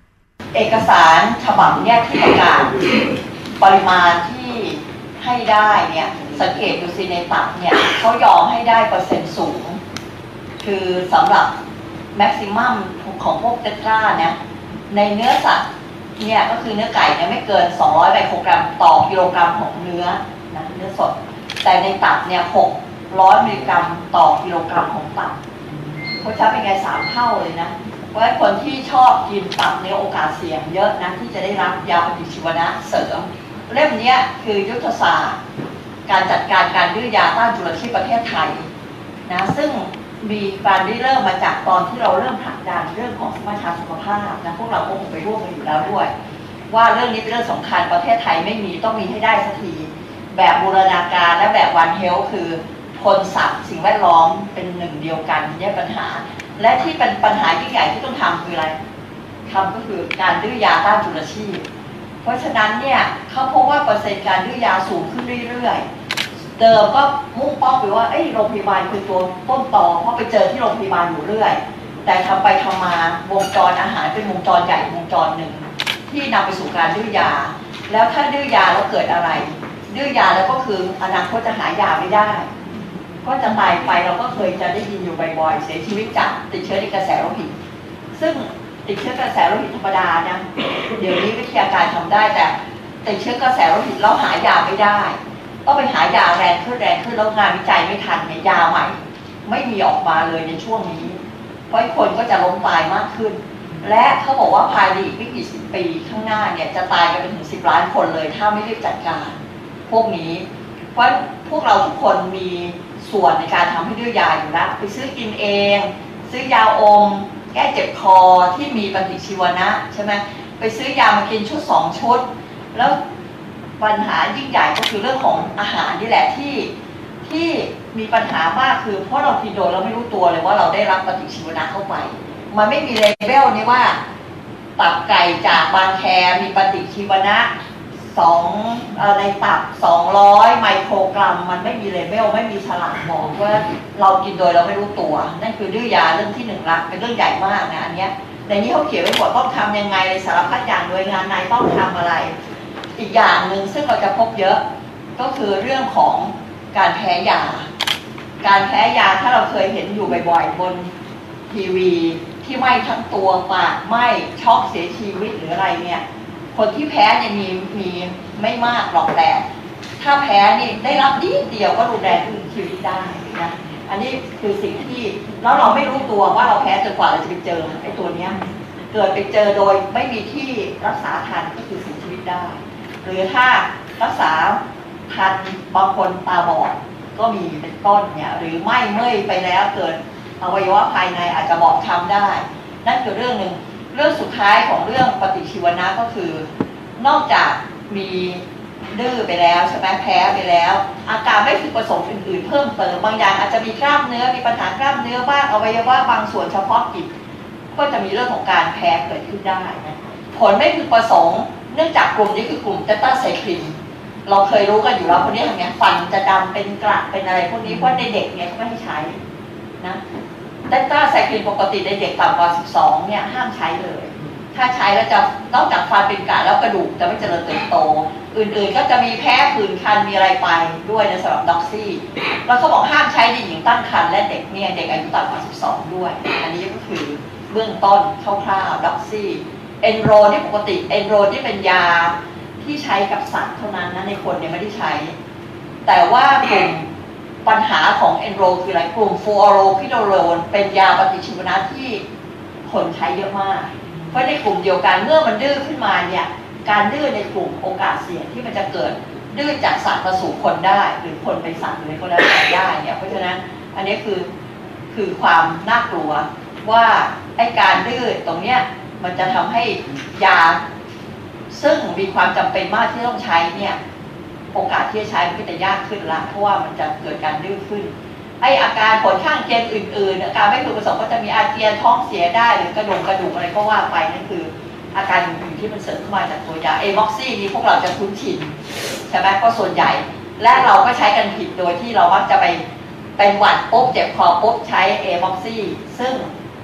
เอกสารฉบับเนี่ยที่ประกาศปริมาณที่ให้ได้เนี่ยสังเกตดูสิในตับเนี่ยเขายอมให้ได้เปอร์เซ็นต์สูงคือสำหรับแม็กซิมัมของพวกเตตราเนี่ยในเนื้อสัตว์เนี่ยก็คือเนื้อไก่เนี่ยไม่เกิน200ไมโครกรัมต่อกิโลกรัมของเนื้อนะเนื้อสดแต่ในตับเนี่ย600มิลลิกรัมต่อกิโลกรัมของตับเขาใช้เป็นไง3 เท่าเลยนะเพราะฉะนั้นคนที่ชอบกินตับในโอกาสเสี่ยงเยอะนะที่จะได้รับยาปฏิชีวนะเสริมเล่มนี้คือยุทธศาสตร์การจัดการการดื้อยาต้านจุลชีพประเทศไทยนะซึ่งมีการได้เริ่มมาจากตอนที่เราเริ่มผลักดันเรื่องของสมาชิกสุขภาพนะพวกเราคงไปร่วมกันอยู่แล้วด้วยว่าเรื่องนี้เป็นเรื่องสำคัญประเทศไทยไม่มีต้องมีให้ได้สักทีแบบบูรณาการและแบบวันเฮลท์คือคนสัตว์สิ่งแวดล้อมเป็นหนึ่งเดียวกันแยกปัญหาและที่เป็นปัญหาที่ใหญ่ที่ต้องทำคืออะไรทำก็คือการดื้อยาต้านจุลชีพเพราะฉะนั้นเนี่ยเขาพบว่าเปอร์เซ็นต์การดื้อยาสูงขึ้นเรื่อยๆเดิมก็มุ่งเป้าไปว่าโรงพยาบาลคือตัวต้นตอเพราะไปเจอที่โรงพยาบาลอยู่เรื่อยแต่ทำไปทำมาวงจรอาหารเป็นวงจรใหญ่วงจรหนึ่งที่นำไปสู่การดื้อยาแล้วถ้าดื้อยาแล้วเกิดอะไรดื้อยาแล้วก็คืออนาคตจะหายาไม่ได้ก็จะตายไปเราก็เคยจะได้ยินอยู่บ่อยๆเสียชีวิตจากติดเชื้อในกระแสโลหิตซึ่งติดเชื้อกระแสโลหิตธรรมดานะเดี๋ยวนี้วิทยาการทำได้แต่ติดเชื้อกระแสโลหิตเราหายาไม่ได้ต้องไปหายาแรงขึ้นแล้วงานวิจัยไม่ทันเนี่ยยาใหม่ไม่มีออกมาเลยในช่วงนี้เพราะคนก็จะล้มตายมากขึ้นและเขาบอกว่าภายในอีกไม่กี่10 ปีข้างหน้าเนี่ยจะตายกันไปถึง10 ล้านคนเลยถ้าไม่รีบจัดการพวกนี้เพราะพวกเราทุกคนมีส่วนในการทำให้ดื้อยาอยู่แล้วไปซื้อกินเองซื้อยาอมแก้เจ็บคอที่มีปฏิชีวนะใช่ไหมไปซื้อยามากินชุด2 ชุดแล้วปัญหายิ่งใหญ่ก็คือเรื่องของอาหารนี่แหละที่มีปัญหามากคือเพราะเรากินโดยเราไม่รู้ตัวเลยว่าเราได้รับปฏิชีวนะเข้าไปมันไม่มีเลเวลนี้ว่าตับไก่จากบางแคมีปฏิชีวนะในตับ200ไมโครกรัมมันไม่มีเลเวลไม่มีฉลากบอกว่าเรากินโดยเราไม่รู้ตัวนั่นคือดื้อยาเรื่องที่1ละเป็นเรื่องใหญ่มากนะอันนี้ในนี้เขาเขียนไว้หมดต้องทำยังไงในสารพัดอย่างโดยงานไหนต้องทำอะไรอีกอย่างหนึ่งซึ่งเราจะพบเยอะก็คือเรื่องของการแพ้ยาถ้าเราเคยเห็นอยู่บ่อยๆบนทีวีที่ไหม้ทั้งตัวปากไหม้ช็อกเสียชีวิตหรืออะไรเนี่ยคนที่แพ้เนี่ยมีไม่มากหรอกแต่ถ้าแพ้นี่ได้รับนิดเดียวก็รุนแรงถึงชีวิตได้นะอันนี้คือสิ่งที่แล้วเราไม่รู้ตัวว่าเราแพ้จนกว่าเราจะไปเจอไอ้ตัวเนี้ยเกิดไปเจอโดยไม่มีที่รักษาทันก็คือเสียชีวิตได้หรือถ้ารักษาทันบางคนตาบอดก็มีเป็นต้นเนี่ยหรือไม่เมื่อยไปแล้วเกิดอวัยวะภายในอาจจะบอบช้ำได้นั่นคือเรื่องหนึ่งเรื่องสุดท้ายของเรื่องปฏิชีวนะก็คือนอกจากมีดื้อไปแล้วใช่ไหมแพ้ไปแล้วอาการไม่พึงประสงค์อื่นๆเพิ่มเติมบางอย่างอาจจะมีกล้ามเนื้อมีปัญหากล้ามเนื้อบ้างอวัยวะบางส่วนเฉพาะกิจก็จะมีเรื่องของการแพ้เกิดขึ้นได้นะผลไม่พึงประสงค์เนื่องจากกลุ่มนี้คือกลุ่มเตต้าไซคลินเราเคยรู้กันอยู่แล้วคนนี้ทำไงฟันจะดำเป็นกระเป็นอะไรพวกนี้เพราะในเด็กเนี่ยเขาไม่ให้ใช้นะเตต้าไซคลินปกติในเด็กต่ำกว่า12เนี่ยห้ามใช้เลยถ้าใช้แล้วจะนอกจากฟันเป็นกระแล้วกระดูกจะไม่เจริญเติบโตอื่นๆก็จะมีแพ้ผื่นคันมีอะไรไปด้วยในสำหรับด็อกซี่แล้วเขาบอกห้ามใช้ในหญิงตั้งครรภ์และเด็กเนี่ยเด็กอายุต่ำกว่า12ด้วยอันนี้ก็คือเบื้องต้นคร่าวๆด็อกซี่เอนโรนี่ปกติเอนโรนี่เป็นยาที่ใช้กับสัตว์เท่านั้นนะในคนเนี่ยไม่ได้ใช้แต่ว่ากลุ่มปัญหาของเอนโรคืออะไรกลุ่มฟลูออโรพิโดโรนเป็นยาปฏิชีวนะที่คนใช้เยอะมากเพราะในกลุ่มเดียวกันเมื่อมันดื้อขึ้นมาเนี่ยการดื้อในกลุ่มโอกาสเสี่ยงที่มันจะเกิดดื้อจากสัตว์มาสู่คนได้หรือคนไปสัตว์หรือคนแล้วแต่ได้เนี่ยเพราะฉะนั้นอันนี้คือความน่ากลัวว่าไอ้การดื้อตรงเนี้ยมันจะทำให้ยาซึ่งมีความจำเป็นมากที่ต้องใช้เนี่ยโอกาสที่จะใช้มันก็จะยากขึ้นละเพราะว่ามันจะเกิดการดื้อขึ้นไออาการผลข้างเคียงอื่นๆอาการไม่พึงประสงค์ก็จะมีอาเจียนท้องเสียได้หรือกระดูกอะไรก็ว่าไปนั่นคืออาการอื่นๆที่มันเสริมเข้ามาจากตัวยาเอม็อกซี่นี้พวกเราจะคุ้นชินใช่ไหมก็ส่วนใหญ่และเราก็ใช้กันผิดโดยที่เรามักจะไปเป็นหวัดปุ๊บเจ็บคอปุ๊บใช้เอม็อกซี่ซึ่ง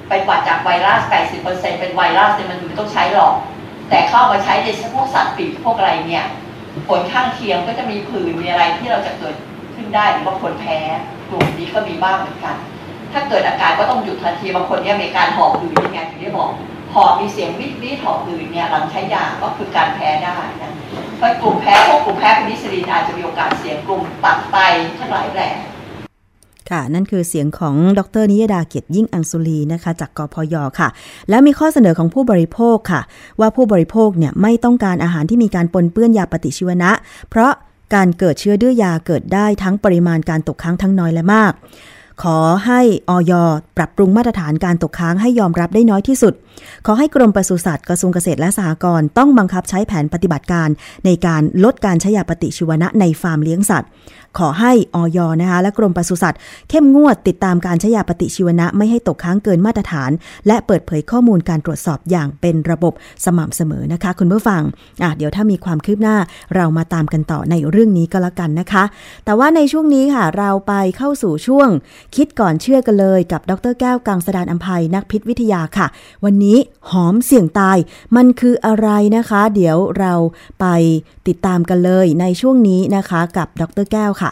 ไปกวาดจากไวรัส 80% เป็นไวรัสเนี่ยมันอยู่ไม่ต้องใช้หรอกแต่เข้ามาใช้ในพวกสัตว์ปีกพวกอะไรเนี่ยผลข้างเคียงก็จะมีผื่นมีอะไรที่เราจะเกิดขึ้นได้หรือบางคนแพ้กลุ่มนี้ก็มีบ้างเหมือนกันถ้าเกิดอาการก็ต้องหยุดทันทีบางคนเนี่ยมีการหอบหืดยังไงถึงได้บอกหอบมีเสียงวิดหอบหืดเนี่ยหลังใช้ยาก็คือการแพ้ได้นะเพราะกลุ่มแพ้พวกกลุ่มแพ้เพนิซิลลินอาจจะมีโอกาสเสี่ยงกลุ่มตับไตทั้งหลายแหล่ค่ะนั่นคือเสียงของดร.นิยดาเกียรติยิ่งอังสุรีนะคะจากกพย.ค่ะแล้วมีข้อเสนอของผู้บริโภคค่ะว่าผู้บริโภคเนี่ยไม่ต้องการอาหารที่มีการปนเปื้อนยาปฏิชีวนะเพราะการเกิดเชื้อดื้อยาเกิดได้ทั้งปริมาณการตกค้างทั้งน้อยและมากขอให้อย.ปรับปรุงมาตรฐานการตกค้างให้ยอมรับได้น้อยที่สุดขอให้กรมปศุสัตว์กระทรวงเกษตรและสหกรณ์ต้องบังคับใช้แผนปฏิบัติการในการลดการใช้ยาปฏิชีวนะในฟาร์มเลี้ยงสัตว์ขอให้อย.นะคะและกรมปศุสัตว์เข้มงวดติดตามการใช้ยาปฏิชีวนะไม่ให้ตกค้างเกินมาตรฐานและเปิดเผยข้อมูลการตรวจสอบอย่างเป็นระบบสม่ำเสมอนะคะคุณผู้ฟังเดี๋ยวถ้ามีความคืบหน้าเรามาตามกันต่อในเรื่องนี้ก็แล้วกันนะคะแต่ว่าในช่วงนี้ค่ะเราไปเข้าสู่ช่วงคิดก่อนเชื่อกันเลยกับดร.แก้วกังสดาลอำไพนักพิษวิทยาค่ะวันนี้หอมเสี่ยงตายมันคืออะไรนะคะเดี๋ยวเราไปติดตามกันเลยในช่วงนี้นะคะกับดร.แก้วค่ะ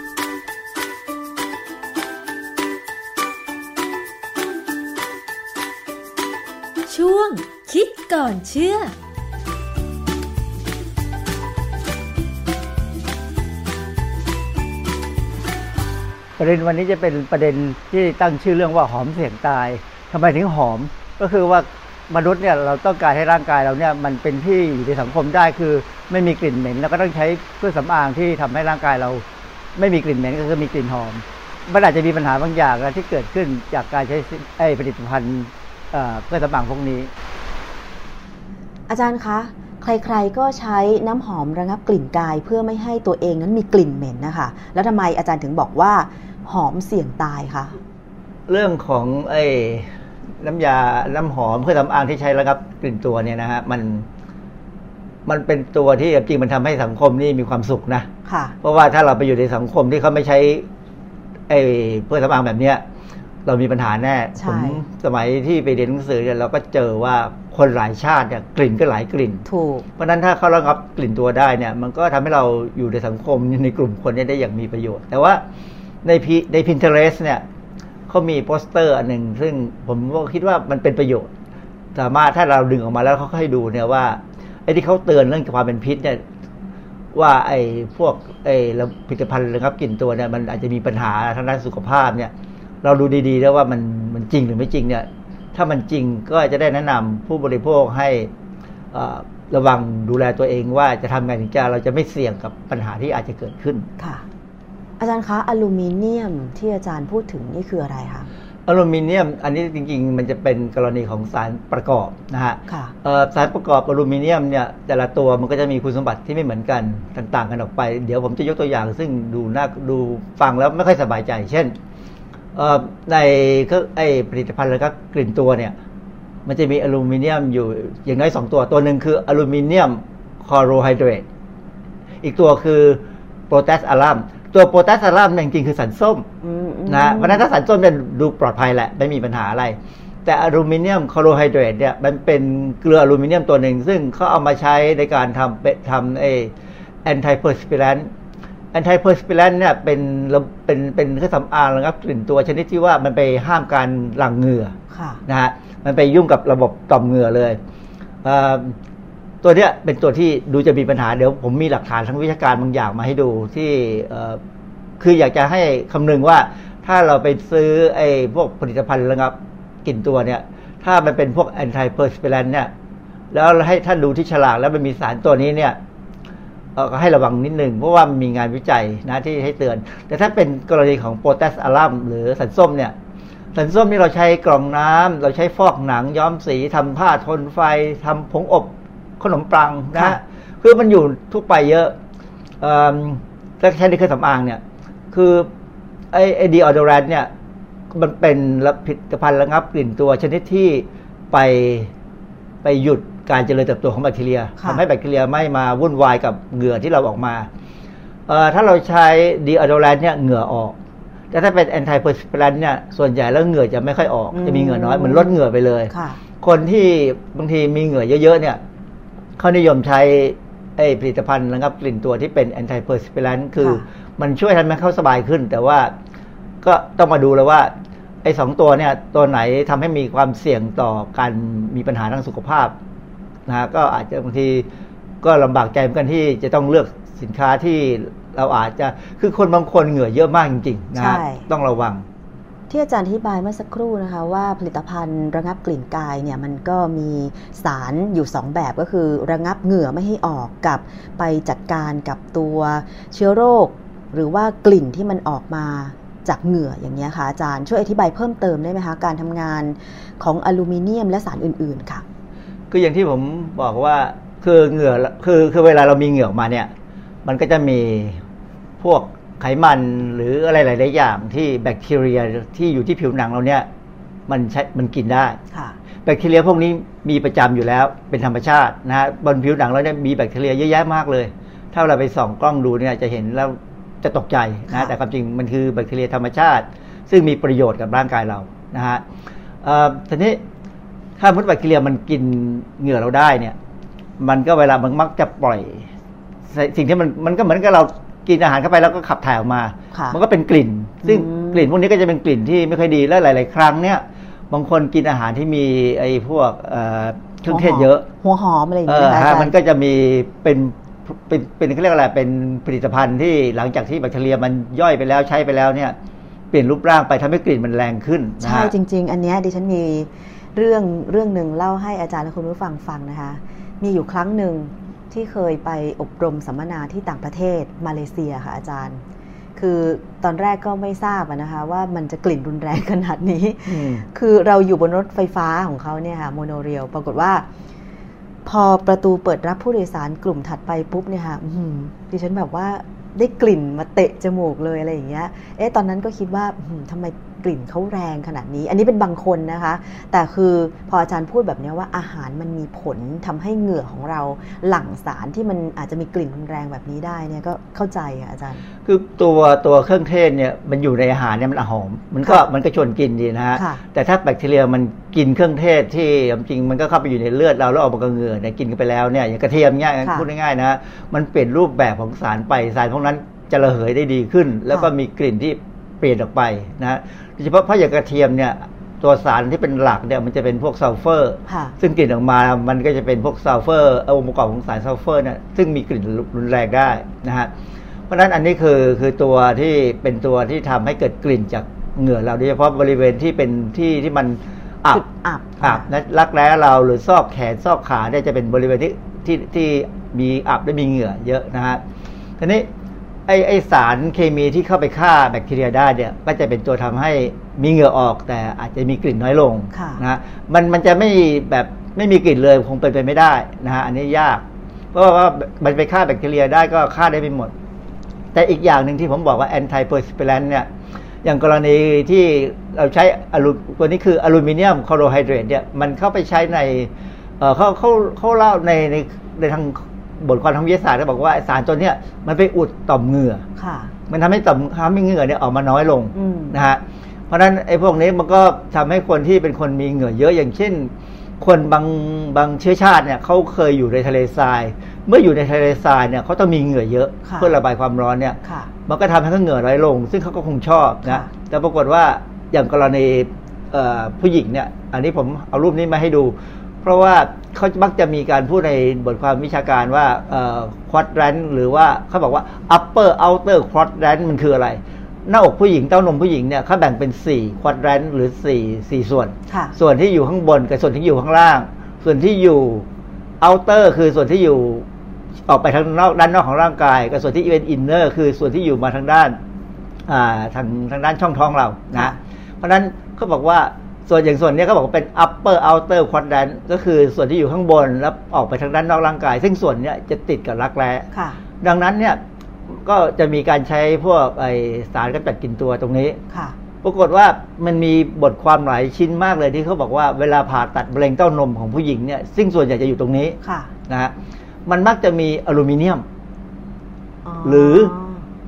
ช่วงคิดก่อนเชื่อประเด็นวันนี้จะเป็นประเด็นที่ตั้งชื่อเรื่องว่าหอมเสี่ยงตายทำไมถึงหอมก็คือว่ามนุษย์เนี่ยเราต้องการให้ร่างกายเราเนี่ยมันเป็นที่อยู่ในสังคมได้คือไม่มีกลิ่นเหม็นแล้วก็ต้องใช้เครื่องสำอางที่ทำให้ร่างกายเราไม่มีกลิ่นเหม็นก็คือมีกลิ่นหอมมันอาจจะมีปัญหาบางอย่างที่เกิดขึ้นจากการใช้ผลิตภัณฑ์เครื่องสำอางพวกนี้อาจารย์คะใครๆก็ใช้น้ำหอมระงับกลิ่นกายเพื่อไม่ให้ตัวเองนั้นมีกลิ่นเหม็นนะคะแล้วทำไมอาจารย์ถึงบอกว่าหอมเสี่ยงตายคะเรื่องของน้ำหอมเครื่องสำอางที่ใช้ระงับกลิ่นตัวเนี่ยนะฮะมันเป็นตัวที่จริงมันทำให้สังคมนี่มีความสุขนะค่ะเพราะว่าถ้าเราไปอยู่ในสังคมที่เขาไม่ใช้เครื่องสำอางแบบเนี้ยเรามีปัญหาแน่ผมสมัยที่ไปเรียนหนังสือเนี่ยเราก็เจอว่าคนหลายชาติเนี่ยกลิ่นก็หลายกลิ่นถูกเพราะนั้นถ้าเขาระงับกลิ่นตัวได้เนี่ยมันก็ทำให้เราอยู่ในสังคมในกลุ่มคนนี้ได้อย่างมีประโยชน์แต่ว่าใน Pinterest เนี่ยเขามีโปสเตอร์อันหนึ่งซึ่งผมก็คิดว่ามันเป็นประโยชน์สามารถถ้าเราดึงออกมาแล้วเขาให้ดูเนี่ยว่าไอ้ที่เขาเตือนเรื่องความเป็นพิษเนี่ยว่าไอ้พวกผลิตภัณฑ์ระงับกลิ่นตัวเนี่ยมันอาจจะมีปัญหาทางด้านสุขภาพเนี่ยเราดูดีๆแล้วว่ามันจริงหรือไม่จริงเนี่ยถ้ามันจริงก็จะได้แนะนำผู้บริโภคให้ระวังดูแลตัวเองว่าจะทำไงถึงเราจะไม่เสี่ยงกับปัญหาที่อาจจะเกิดขึ้นค่ะอาจารย์คะอลูมิเนียมที่อาจารย์พูดถึงนี่คืออะไรคะอลูมิเนียมอันนี้จริงๆมันจะเป็นกรณีของสารประกอบนะฮะสารประกอบอลูมิเนียมเนี่ยแต่ละตัวมันก็จะมีคุณสมบัติที่ไม่เหมือนกันต่างๆกันออกไปเดี๋ยวผมจะยกตัวอย่างซึ่งดูฟังแล้วไม่ค่อยสบายใจเช่นในผลิตภัณฑ์แล้วก็กลิ่นตัวเนี่ยมันจะมีอลูมิเนียมอยู่อย่างน้อย2ตัวหนึ่งคืออลูมิเนียมคลอโรไฮเดรตอีกตัวคือโพแทสอัลลัมตัวโพแทสอัลลัมจริงๆคือสารส้มนะเพราะฉะนั้นถ้าสารส้มเนี่ยดูปลอดภัยแหละไม่มีปัญหาอะไรแต่อลูมิเนียมคลอโรไฮเดรตเนี่ยมันเป็นเกลืออลูมิเนียมตัวหนึ่งซึ่งเขาเอามาใช้ในการทำแอนตี้เพอร์สปิแรนต์แอนตี้เพอร์สปิแรนต์เนี่ยเป็นเครื่องสำอางระงับกลิ่นตัวชนิดที่ว่ามันไปห้ามการหลั่งเหงื่อนะฮะมันไปยุ่งกับระบบต่อมเหงื่อเลยตัวเนี้ยเป็นตัวที่ดูจะมีปัญหาเดี๋ยวผมมีหลักฐานทางวิชาการบางอย่างมาให้ดูที่คืออยากจะให้คำนึงว่าถ้าเราไปซื้อพวกผลิตภัณฑ์ระงับกลิ่นตัวเนี่ยถ้ามันเป็นพวกแอนตี้เพอร์สปิแรนต์เนี่ยแล้วให้ท่านดูที่ฉลากแล้วมันมีสารตัวนี้เนี่ยก็ให้ระวังนิดนึงเพราะว่ามีงานวิจัยนะที่ให้เตือนแต่ถ้าเป็นกรณีของโพแทสอัลลัมหรือสันส้มเนี่ยสันส้มนี่เราใช้กรองน้ำเราใช้ฟอกหนังย้อมสีทำผ้าทนไฟทำผงอบขนมปังนะคือมันอยู่ทุกไปเยอะแล้วใช้ในเครื่องสำอางเนี่ยคือไอ้ดีออโดแรนต์เนี่ยมันเป็นผลิตภัณฑ์ระงับกลิ่นตัวชนิดที่ไปหยุดการเจริญเติบโตของแบคทีเรียทำให้แบคทีเรียไม่มาวุ่นวายกับเหงื่อที่เราออกมาถ้าเราใช้ดีออโดแรนต์เนี่ยเหงื่อออกแต่ถ้าเป็น antiperspirant เนี่ยส่วนใหญ่แล้วเหงื่อจะไม่ค่อยออกจะมีเหงื่อน้อยเหมือนลดเหงื่อไปเลยคนที่บางทีมีเหงื่อเยอะๆเนี่ยเขานิยมใช้ผลิตภัณฑ์ระงับกลิ่นตัวที่เป็น antiperspirant คือมันช่วยทำให้เขาสบายขึ้นแต่ว่าก็ต้องมาดูแล้วว่าไอ้2ตัวเนี่ยตัวไหนทำให้มีความเสี่ยงต่อการมีปัญหาทางสุขภาพนะก็อาจจะบางทีก็ลำบากใจเหมือนกันที่จะต้องเลือกสินค้าที่เราอาจจะคือคนบางคนเหงื่อเยอะมากจริงๆนะต้องระวังที่อาจารย์อธิบายเมื่อสักครู่นะคะว่าผลิตภัณฑ์ระงับกลิ่นกายเนี่ยมันก็มีสารอยู่2แบบก็คือระงับเหงื่อไม่ให้ออกกับไปจัดการกับตัวเชื้อโรคหรือว่ากลิ่นที่มันออกมาจากเหงื่ออย่างนี้ค่ะอาจารย์ช่วยอธิบายเพิ่มเติมได้ไหมคะการทำงานของอลูมิเนียมและสารอื่นๆค่ะคืออย่างที่ผมบอกว่าคือเหงื่อคือเวลาเรามีเหงื่อออกมาเนี่ยมันก็จะมีพวกไขมันหรืออะไรหลายๆอย่างที่แบคทีเรียที่อยู่ที่ผิวหนังเราเนี่ยมันกินได้แบคทีเรียพวกนี้มีประจำอยู่แล้วเป็นธรรมชาตินะฮะบนผิวหนังเราเนี่ยมีแบคทีเรียเยอะแยะมากเลยถ้าเราไปส่องกล้องดูเนี่ยจะเห็นแล้วจะตกใจนะแต่ความจริงมันคือแบคทีเรียธรรมชาติซึ่งมีประโยชน์กับร่างกายเรานะฮะทีนี้ถ้ามุดแบคทีเรียมันกินเหงื่อเราได้เนี่ยมันก็เวลามันมักจะปล่อยสิ่งที่มันก็เหมือนกับเรากินอาหารเข้าไปแล้วก็ขับถ่ายออกมามันก็เป็นกลิ่นซึ่งกลิ่นพวกนี้ก็จะเป็นกลิ่นที่ไม่ค่อยดีและหลายๆครั้งเนี่ยบางคนกินอาหารที่มีไอ้พวกเครื่องเทศเยอะหัวหอมอะไรอย่างเงี้ยมันก็จะมีเป็นเขาเรียกอะไรเป็นผลิตภัณฑ์ที่หลังจากที่แบคทีเรียมันย่อยไปแล้วใช้ไปแล้วเนี่ยเปลี่ยนรูปร่างไปทำให้กลิ่นมันแรงขึ้นใช่จริงๆอันนี้ดิฉันมีเรื่องหนึ่งเล่าให้อาจารย์และคุณผู้ฟังฟังนะคะมีอยู่ครั้งหนึ่งที่เคยไปอบรมสัมมนาที่ต่างประเทศมาเลเซียค่ะอาจารย์คือตอนแรกก็ไม่ทราบนะคะว่ามันจะกลิ่นรุนแรงขนาดนี้คือเราอยู่บนรถไฟฟ้าของเขาเนี่ยค่ะโมโนเรลปรากฏว่าพอประตูเปิดรับผู้โดยสารกลุ่มถัดไปปุ๊บเนี่ยค่ะดิฉันแบบว่าได้กลิ่นมาเตะจมูกเลยอะไรอย่างเงี้ยตอนนั้นก็คิดว่าทำไมกลิ่นเขาแรงขนาดนี้อันนี้เป็นบางคนนะคะแต่คือพออาจารย์พูดแบบนี้ว่าอาหารมันมีผลทำให้เหงื่อของเราหลั่งสารที่มันอาจจะมีกลิ่นรุนแรงแบบนี้ได้เนี่ยก็เข้าใจค่ะอาจารย์คือตัวเครื่องเทศเนี่ยมันอยู่ในอาหารเนี่ยมันหอมมันก็ชวนกินดีนะฮะแต่ถ้าแบคทีเรียมันกินเครื่องเทศที่จริงมันก็เข้าไปอยู่ในเลือดเราแล้วออกมากับเหงื่อเนี่ยกินกันไปแล้วเนี่ยอย่างกระเทียมเนี่ยพูดง่ายๆนะมันเปลี่ยนรูปแบบของสารไปสารพวกนั้นจะระเหยได้ดีขึ้นแล้วก็มีกลิ่นที่เปลี่ยนออกไปนะโดยเฉพาะเพราะอย่างกระเทียมเนี่ยตัวสารที่เป็นหลักเนี่ยมันจะเป็นพวกซัลเฟอร์ซึ่งกลิ่นออกมามันก็จะเป็นพวกซัลเฟอร์องค์ประกอบของสารซัลเฟอร์เนี่ยซึ่งมีกลิ่นรุนแรงได้นะฮะเพราะฉะนั้นอันนี้คือตัวที่เป็นตัวที่ทำให้เกิดกลิ่นจากเหงื่อเราโดยเฉพาะบริเวณที่เป็นที่มันอับนะรักแร้เราหรือซอกแขนซอกขาเนี่ยจะเป็นบริเวณที่มีอับและมีเหงื่อเยอะนะฮะทีนี้ไอสารเคมีที่เข้าไปฆ่าแบคทีเรียได้เนี่ยก็จะเป็นตัวทำให้มีเหงื่อออกแต่อาจจะมีกลิ่นน้อยลงนะมันจะไม่มีกลิ่นเลยคงเป็นไปไม่ได้นะฮะอันนี้ยากเพราะว่ามันไปฆ่าแบคทีเรียได้ก็ฆ่าได้ไม่หมดแต่อีกอย่างหนึ่งที่ผมบอกว่า antiperspirant เนี่ยอย่างกรณีที่เราใช้ตัวนี้คืออลูมิเนียมคลอโรไฮเดรตเนี่ยมันเข้าไปใช้ในเขาเล่าในทางบทความทางวิทยาศาสตร์เขาบอกว่าสารตัวนี้มันไปอุดต่อมเหงื่อมันทำให้เหงื่อเนี่ยออกมาน้อยลงนะฮะเพราะฉะนั้นไอ้พวกนี้มันก็ทำให้คนที่เป็นคนมีเหงื่อเยอะอย่างเช่นคนบางเชื้อชาติเนี่ยเขาเคยอยู่ในทะเลทรายเมื่ออยู่ในทะเลทรายเนี่ยเขาต้องมีเหงื่อเยอะเพื่อระบายความร้อนเนี่ยมันก็ทำให้เขาเหงื่อน้อยลงซึ่งเขาก็คงชอบนะแต่ปรากฏว่าอย่างกรณีผู้หญิงเนี่ยอันนี้ผมเอารูปนี้มาให้ดูเพราะว่าเขามักจะมีการพูดในบทความวิชาการว่าquadrant หรือว่าเขาบอกว่า upper outer quadrant มันคืออะไรหน้าอกผู้หญิงเต้านมผู้หญิงเนี่ยเขาแบ่งเป็น4 quadrant หรือ4ส่วนส่วนที่อยู่ข้างบนกับส่วนที่อยู่ข้างล่างส่วนที่อยู่ outer คือส่วนที่อยู่ออกไปทางนอกด้านนอกของร่างกายกับส่วนที่เป็น inner คือส่วนที่อยู่มาทางด้านทางด้านช่องท้องเรานะเพราะฉะนั้นเขาบอกว่าส่วนนี้เขาบอกว่าเป็น upper outer quadrant ก็คือส่วนที่อยู่ข้างบนแล้วออกไปทางด้านนอกร่างกายซึ่งส่วนนี้จะติดกับรักแร้ดังนั้นเนี่ยก็จะมีการใช้พวกสารกำจัดกลิ่นตัวตรงนี้ปรากฏว่ามันมีบทความหลายชิ้นมากเลยที่เขาบอกว่าเวลาผ่าตัดมะเร็งเต้านมของผู้หญิงเนี่ยซึ่งส่วนใหญ่จะอยู่ตรงนี้นะฮะมันมักจะมีอลูมิเนียมหรือ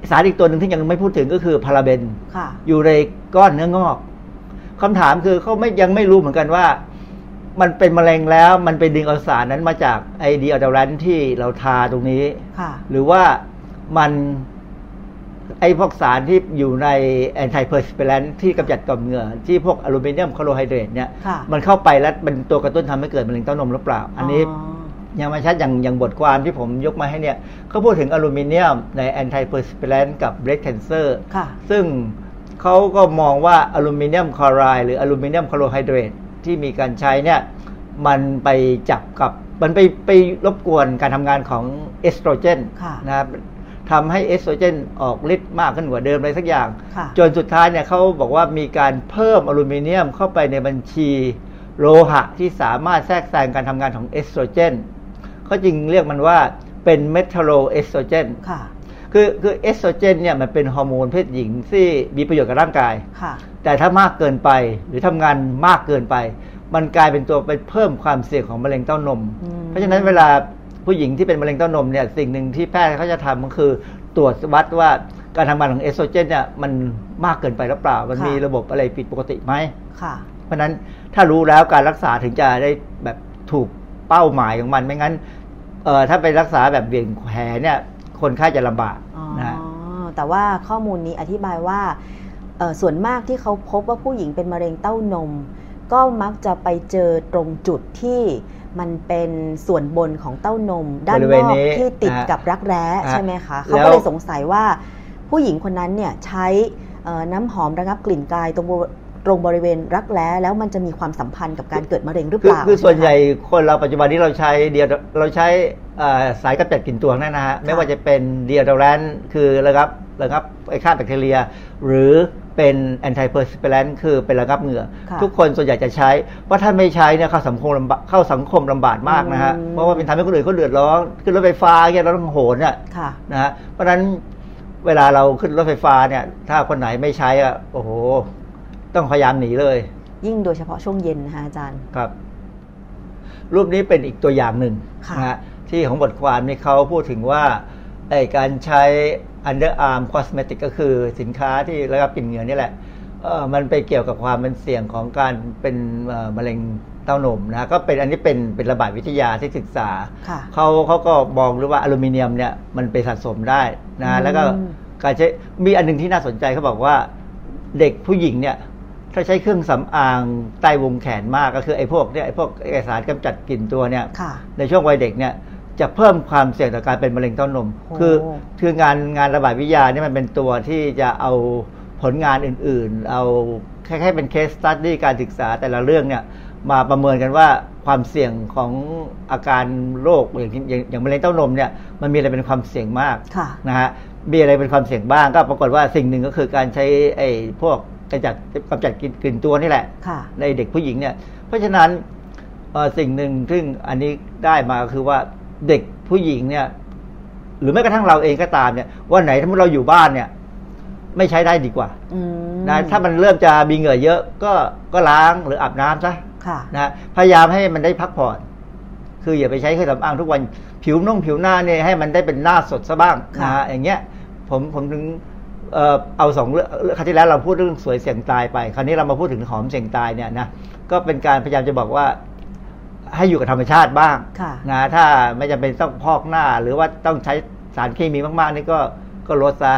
สารอีกตัวหนึ่งที่ยังไม่พูดถึงก็คือพาราเบนอยู่ในก้อนเนื้องอกคำถามคือเขายังไม่รู้เหมือนกันว่ามันเป็นมะเร็งแล้วมันไปดึงเอาสารนั้นมาจากไอเดียดอแรนที่เราทาตรงนี้หรือว่ามันไอพวกสารที่อยู่ในแอนตี้เพอร์สปิแรนที่กำจัดต่อมเหงื่อที่พวกอลูมิเนียมคลอไรด์เนี่ยมันเข้าไปแล้วเป็นตัวกระตุ้นทำให้เกิดมะเร็งเต้านมหรือเปล่าอันนี้ยังไม่ชัดอย่างบทความที่ผมยกมาให้เนี่ยเขาพูดถึงอลูมิเนียมในแอนตี้เพอร์สปิแรนกับเบรสแคนเซอร์ซึ่งเขาก็มองว่าอลูมิเนียมคลอไรด์หรืออลูมิเนียมคลอไฮเดรตที่มีการใช้เนี่ยมันไปจับกับมันไปรบกวนการทำงานของเอสโตรเจนนะครับทำให้เอสโตรเจนออกฤทธิ์มากขึ้นกว่าเดิมอะไรสักอย่างจนสุดท้ายเนี่ยเขาบอกว่ามีการเพิ่มอลูมิเนียมเข้าไปในบัญชีโลหะที่สามารถแทรกแซงการทำงานของเอสโตรเจนเขาจึงเรียกมันว่าเป็นเมทาโลเอสโตรเจนคือเอสโตรเจนเนี่ยมันเป็นฮอร์โมนเพศหญิงที่มีประโยชน์กับร่างกายแต่ถ้ามากเกินไปหรือทำงานมากเกินไปมันกลายเป็นตัวไปเพิ่มความเสี่ยงของมะเร็งเต้านมเพราะฉะนั้นเวลาผู้หญิงที่เป็นมะเร็งเต้านมเนี่ยสิ่งหนึ่งที่แพทย์เขาจะทำก็คือตรวจวัดว่าการทำงานของเอสโตรเจนเนี่ยมันมากเกินไปหรือเปล่ามันมีระบบอะไรผิดปกติไหมเพราะฉะนั้นถ้ารู้แล้วการรักษาถึงจะได้แบบถูกเป้าหมายของมันไม่งั้นถ้าไปรักษาแบบเบี่ยงแผลเนี่ยคนไข้จะลำบากนะแต่ว่าข้อมูลนี้อธิบายว่าส่วนมากที่เขาพบว่าผู้หญิงเป็นมะเร็งเต้านมก็มักจะไปเจอตรงจุดที่มันเป็นส่วนบนของเต้านมด้านนอกที่ติดกับรักแร้ใช่ไหมคะเขาก็เลยสงสัยว่าผู้หญิงคนนั้นเนี่ยใช้น้ำหอมระงับกลิ่นกายตรงบริเวณรักแร้แล้วมันจะมีความสัมพันธ์กับการเกิดมะเร็งหรือเปล่าคือส่วนใหญ่คนเราปัจจุบันนี้เราใช้สายกำจัดกลิ่นตัวนั่นนะฮะไม่ว่าจะเป็นเดียโดแรนต์คือระงับไอ้ฆ่าแบคทีเรียหรือเป็นแอนตี้เพอร์สปิแรนต์คือเป็นระงับเหงื่อทุกคนส่วนใหญ่จะใช้เพราะถ้าไม่ใช้เนี่ยเข้าสังคมลำบากมากนะฮะเพราะว่าเป็นทำให้คนอื่นเขาเดือดร้อนขึ้นรถไฟฟ้าเนี่ยเราต้องโหนเนี่ยนะฮะเพราะฉะนั้นเวลาเราขึ้นรถไฟฟ้าเนี่ยถ้าคนไหนไม่ใช้อ่ะโอ้โหต้องพยายามหนีเลยยิ่งโดยเฉพาะช่วงเย็นนะคะอาจารย์ครับรูปนี้เป็นอีกตัวอย่างหนึ่งนะฮะที่ของบทความนี้เขาพูดถึงว่าการใช้ underarm cosmetic ก็คือสินค้าที่ระงับกลิ่นเหงื่อนี่แหละมันไปเกี่ยวกับความเป็นเสี่ยงของการเป็นมะเร็งเต้านมนะก็เป็นอันนี้เป็นระบาดวิทยาที่ศึกษาเขาก็มองหรือว่าอลูมิเนียมเนี่ยมันไปสะสมได้นะแล้วก็การใช้มีอันนึงที่น่าสนใจเขาบอกว่าเด็กผู้หญิงเนี่ยถ้าใช้เครื่องสำอางใต้วงแขนมากก็คือไอ้พวกสารกำจัดกลิ่นตัวเนี่ยในช่วงวัยเด็กเนี่ยจะเพิ่มความเสี่ยงต่อการเป็นมะเร็งเต้านมคืองานระบาดวิทยานี่มันเป็นตัวที่จะเอาผลงานอื่นๆเอาแค่เป็นเคสสตั๊ดดี้การศึกษาแต่ละเรื่องเนี่ยมาประเมินกันว่าความเสี่ยงของอาการโรคอย่างมะเร็งเต้านมเนี่ยมันมีอะไรเป็นความเสี่ยงมากนะฮะมีอะไรเป็นความเสี่ยงบ้างก็ปรากฏว่าสิ่งหนึ่งก็คือการใช้ไอ้พวกกำจัดกลิ่นตัวนี่แหละในเด็กผู้หญิงเนี่ยเพราะฉะนั้นสิ่งหนึ่งซึ่งอันนี้ได้มาคือว่าเด็กผู้หญิงเนี่ยหรือแม้กระทั่งเราเองก็ตามเนี่ยวันไหนถ้าเราอยู่บ้านเนี่ยไม่ใช้ได้ดีกว่านะถ้ามันเริ่มจะมีเหงื่อเยอะก็ล้างหรืออาบน้ำซะนะพยายามให้มันได้พักผ่อนคืออย่าไปใช้เครื่องสำอางทุกวันผิวหน้าเนี่ยให้มันได้เป็นหน้าสดซะบ้างนะอย่างเงี้ยผมถึงเอาสองเรื่องครั้งที่แล้วเราพูดเรื่องสวยเสี่ยงตายไปคราวนี้เรามาพูดถึงหอมเสี่ยงตายเนี่ยนะก็เป็นการพยายามจะบอกว่าให้อยู่กับธรรมชาติบ้างนะถ้าไม่จำเป็นต้องพอกหน้าหรือว่าต้องใช้สารเคมีมากๆนี่ก็ลดซะ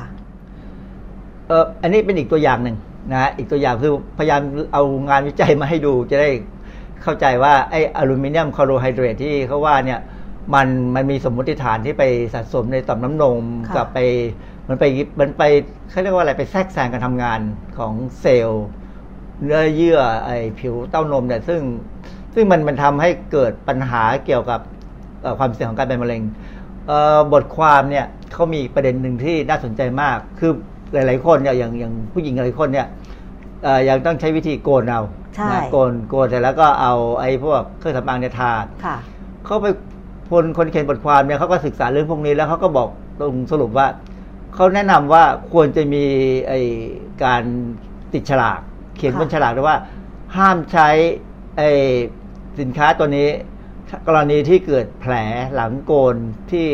อันนี้เป็นอีกตัวอย่างหนึ่งนะอีกตัวอย่างคือพยายามเอางานวิจัยมาให้ดูจะได้เข้าใจว่าไอ้อลูมิเนียมคลอไรด์ที่เขาว่าเนี่ยมันมีสมมติฐานที่ไปสะสมในต่อมน้ำนมกับมันไปเขาเรียกว่าอะไรไปแทรกแซงการทำงานของเซลล์เนื้อเยื่อไอ้ผิวเต้านมเนี่ยซึ่งมันทำให้เกิดปัญหาเกี่ยวกับความเสี่ยงของการเป็นมะเร็งบทความเนี่ยเขามีประเด็นหนึ่งที่น่าสนใจมากคือหลายๆคนเนี่ยอย่างผู้หญิงหลายคนเนี่ยยังต้องใช้วิธีโกนเอาโกนเสร็จแล้วก็เอาไอ้พวกเครื่องสำอางเนี่ยทาเขาไปคนเขียนบทความเนี่ยเขาก็ศึกษาเรื่องพวกนี้แล้วเขาก็บอกตรงสรุปว่าเขาแนะนำว่าควรจะมีไอ้การติดฉลากเขียนบนฉลากด้วยว่าห้ามใช้ไอ้สินค้าตัวนี้กรณีที่เกิดแผลหลังโกนที่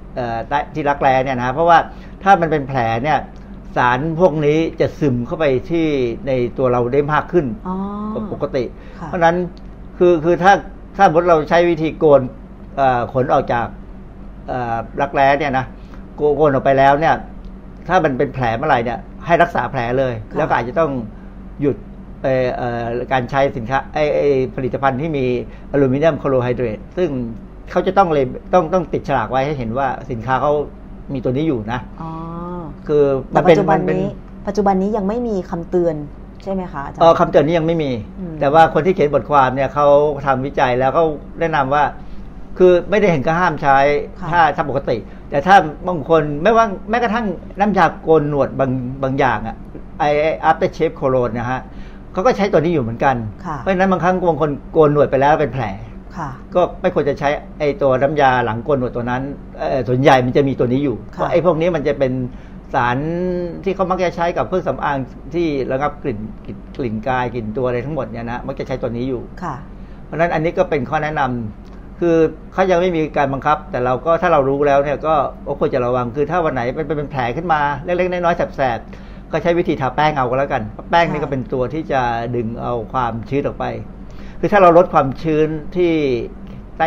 ที่รักแร้เนี่ยนะเพราะว่าถ้ามันเป็นแผลเนี่ยสารพวกนี้จะซึมเข้าไปที่ในตัวเราได้มากขึ้นกว่าปกติเพราะนั้นคือถ้าสมมติเราใช้วิธีโกนขนออกจากรักแร้เนี่ยนะโกนออกไปแล้วเนี่ยถ้ามันเป็นแผลเมื่อไหร่เนี่ยให้รักษาแผลเลยแล้วก็อาจจะต้องหยุดการใช้สินค้าผลิตภัณฑ์ที่มีอลูมิเนียมคลอโรไฮเดรตซึ่งเขาจะต้องติดฉลากไว้ให้เห็นว่าสินค้าเขามีตัวนี้อยู่นะคือแต่ปัจจุบันนี้ยังไม่มีคำเตือนใช่ไหมคะอาจารย์คำเตือนนี้ยังไม่มีแต่ว่าคนที่เขียนบทความเนี่ยเขาทำวิจัยแล้วเขาแนะนำว่าคือไม่ได้เห็นก็ห้ามใช้ถ้าปกติแต่ถ้าบางคนแม้กระทั่งน้ำยาโกนหนวดบางอย่างอ่ะafter shave cologne นะฮะเขาก็ใช้ตัวนี้อยู่เหมือนกันเพราะฉะนั้นบางครั้งบางคนโกนหนวดไปแล้วเป็นแผลก็ไม่ควรจะใช้ไอ้ตัวน้ำยาหลังโกนหนวดตัวนั้นส่วนใหญ่มันจะมีตัวนี้อยู่เพราะไอ้พวกนี้มันจะเป็นสารที่เขามักจะใช้กับเครื่องสำอางที่ระงับกลิ่นกายกลิ่นตัวอะไรทั้งหมดเนี่ยนะมักจะใช้ตัวนี้อยู่เพราะฉะนั้นอันนี้ก็เป็นข้อแนะนำคือเขายังไม่มีการบังคับแต่เราก็ถ้าเรารู้แล้วเนี่ยก็ควรจะระวังคือถ้าวันไหนเป็นแผลขึ้นมาเล็กๆน้อยๆแสบๆก็ใช้วิธีทาแป้งเอาก็แล้วกันแป้งนี่ก็เป็นตัวที่จะดึงเอาความชื้นออกไปคือถ้าเราลดความชื้นที่ใต้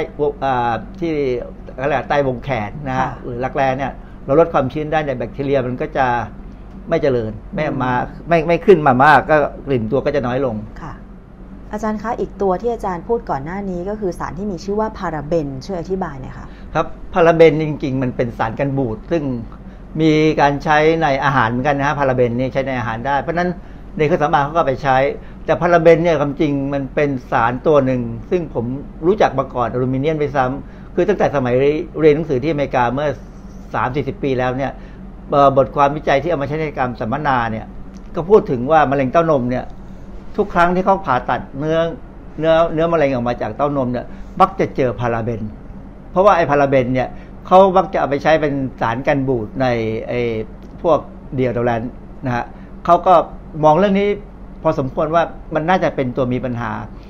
ใต้วงแขนนะฮะหรือรักแร้เนี่ยเราลดความชื้นได้ในแบคทีเรียมันก็จะไม่เจริญไม่ขึ้นมามากก็กลิ่นตัวก็จะน้อยลงค่ะอาจารย์คะอีกตัวที่อาจารย์พูดก่อนหน้านี้ก็คือสารที่มีชื่อว่าพาราเบนช่วยอธิบายหน่อยค่ะครับพาราเบนจริงๆมันเป็นสารกันบูดซึ่งมีการใช้ในอาหารเหมือนกันนะฮะพาราเบนนี่ใช้ในอาหารได้เพราะนั้นในเครื่องสำอางเขาก็ไปใช้แต่พาราเบนเนี่ยความจริงมันเป็นสารตัวหนึ่งซึ่งผมรู้จักมาก่อนอลูมิเนียมไปซ้ำคือตั้งแต่สมัยเรียนหนังสือที่อเมริกาเมื่อ 30-40 ปีแล้วเนี่ยบทความวิจัยที่เอามาใช้ในการสัมมนาเนี่ยก็พูดถึงว่ามะเร็งเต้านมเนี่ยทุกครั้งที่เขาผ่าตัดเนื้อมะเร็งออกมาจากเต้านมเนี่ยมักจะเจอพาราเบนเพราะว่าไอ้พาราเบนเนี่ยเขามักจะเอาไปใช้เป็นสารกันบูดในไอ้พวกเดียโดแรนต์นะฮะเขาก็มองเรื่องนี้พอสมควรว่ามันน่าจะเป็นตัวมีปัญหา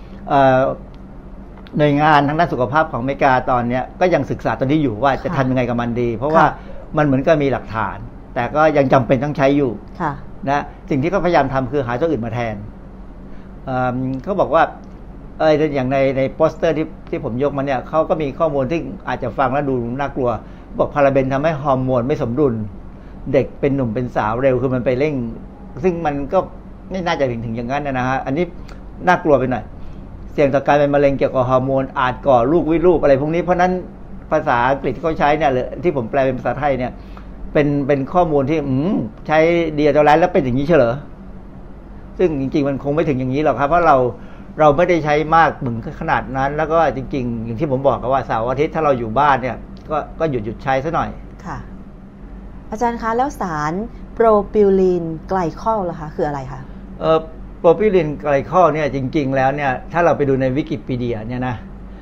หน่วยงานทางด้านสุขภาพของอเมริกาตอนนี้ก็ยังศึกษาตัวนี้อยู่ว่าจะทำยังไงกับมันดีเพราะว่ามันเหมือนกับมีหลักฐานแต่ก็ยังจำเป็นต้องใช้อยู่นะสิ่งที่เขาพยายามทำคือหาตัวอื่นมาแทนเขาบอกว่าอย่างในโปสเตอร์ที่ผมยกมาเนี่ยเขาก็มีข้อมูลที่อาจจะฟังแล้วดูน่ากลัวบอกพาราเบนทำให้ฮอร์โมนไม่สมดุลเด็กเป็นหนุ่มเป็นสาวเร็วคือมันไปเร่งซึ่งมันก็ไม่น่าจะถึงอย่างนั้นนะฮะอันนี้น่ากลัวไปหน่อยเสี่ยงต่อการเป็นมะเร็งเกี่ยวกับฮอร์โมนอาจก่อลูกวิรูปอะไรพวกนี้เพราะนั้นภาษาอังกฤษที่เขาใช้เนี่ยที่ผมแปลเป็นภาษาไทยเนี่ยเป็นข้อมูลที่ใช้เดียโดแรนต์แล้วเป็นอย่างนี้เฉลอซึ่งจริงๆมันคงไม่ถึงอย่างนี้หรอกครับเพราะเราไม่ได้ใช้มากถึงขนาดนั้นแล้วก็จริงๆอย่างที่ผมบอกว่าเสาร์อาทิตย์ถ้าเราอยู่บ้านเนี่ยก็หยุดใช้ซะหน่อยค่ะอาจารย์คะแล้วสารโปรปิลีนไกลคอลล่ะคะคืออะไรคะโปรปิลีนไกลคอลเนี่ยจริงๆแล้วเนี่ยถ้าเราไปดูในวิกิพีเดียเนี่ยนะ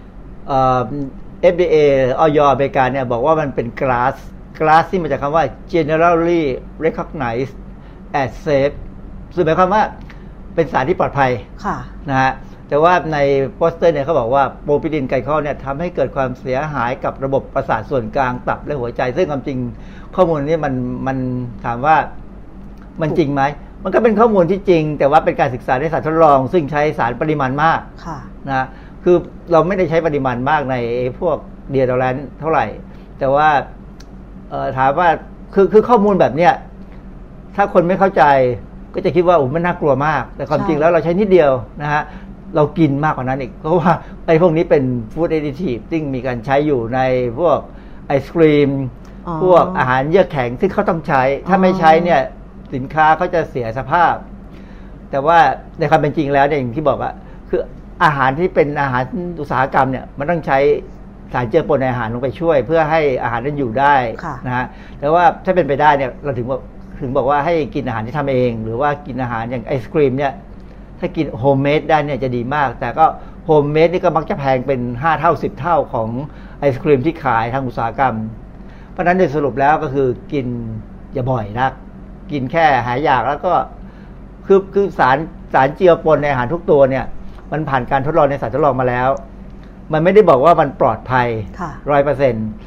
FDA อย.อเมริกาเนี่ยบอกว่ามันเป็นก๊าซที่มาจากคำว่า generally recognized as safe ซึ่งหมายความว่าเป็นสารที่ปลอดภัยนะฮะแต่ว่าในโปสเตอร์เนี่ยเขาบอกว่าโปรปิลีนไกลคอลเนี่ยทำให้เกิดความเสียหายกับระบบประสาทส่วนกลางตับและหัวใจซึ่งความจริงข้อมูลนี้มันถามว่ามันจริงไหมมันก็เป็นข้อมูลที่จริงแต่ว่าเป็นการศึกษาในสัตว์ทดลองซึ่งใช้สารปริมาณมากนะคือเราไม่ได้ใช้ปริมาณมากในพวกเดียโดแรนต์เท่าไหร่แต่ว่าถามว่าคือข้อมูลแบบเนี้ยถ้าคนไม่เข้าใจก็จะคิดว่ามันน่ากลัวมากแต่ความจริงแล้วเราใช้นิดเดียวนะฮะเรากินมากกว่านั้นอีกเพราะว่าไอ้พวกนี้เป็นฟู้ดแอดดิทีฟซึ่งมีการใช้อยู่ในพวกไอศกรีมพวกอาหารเยือกแข็งซึ่งเขาต้องใช้ถ้าไม่ใช้เนี่ยสินค้าเขาจะเสียสภาพแต่ว่าในความเป็นจริงแล้วเนี่ยอย่างที่บอกว่าคืออาหารที่เป็นอาหารอุตสาหกรรมเนี่ยมันต้องใช้สารเจือปนในอาหารลงไปช่วยเพื่อให้อาหารนั้นอยู่ได้นะฮะแต่ว่าถ้าเป็นไปได้เนี่ยเราถึงบอกว่าให้กินอาหารที่ทำเองหรือว่ากินอาหารอย่างไอศกรีมเนี่ยถ้ากินโฮมเมดได้เนี่ยจะดีมากแต่ก็โฮมเมดนี่ก็มักจะแพงเป็น5เท่า10เท่าของไอศกรีมที่ขายทางอุตสาหกรรมเพราะฉะนั้นโดยสรุปแล้วก็คือกินอย่าบ่อยนักกินแค่หายอยากแล้วก็คือสารเจือปนในอาหารทุกตัวเนี่ยมันผ่านการทดลองในสัตว์ทดลองมาแล้วมันไม่ได้บอกว่ามันปลอดภัย 100%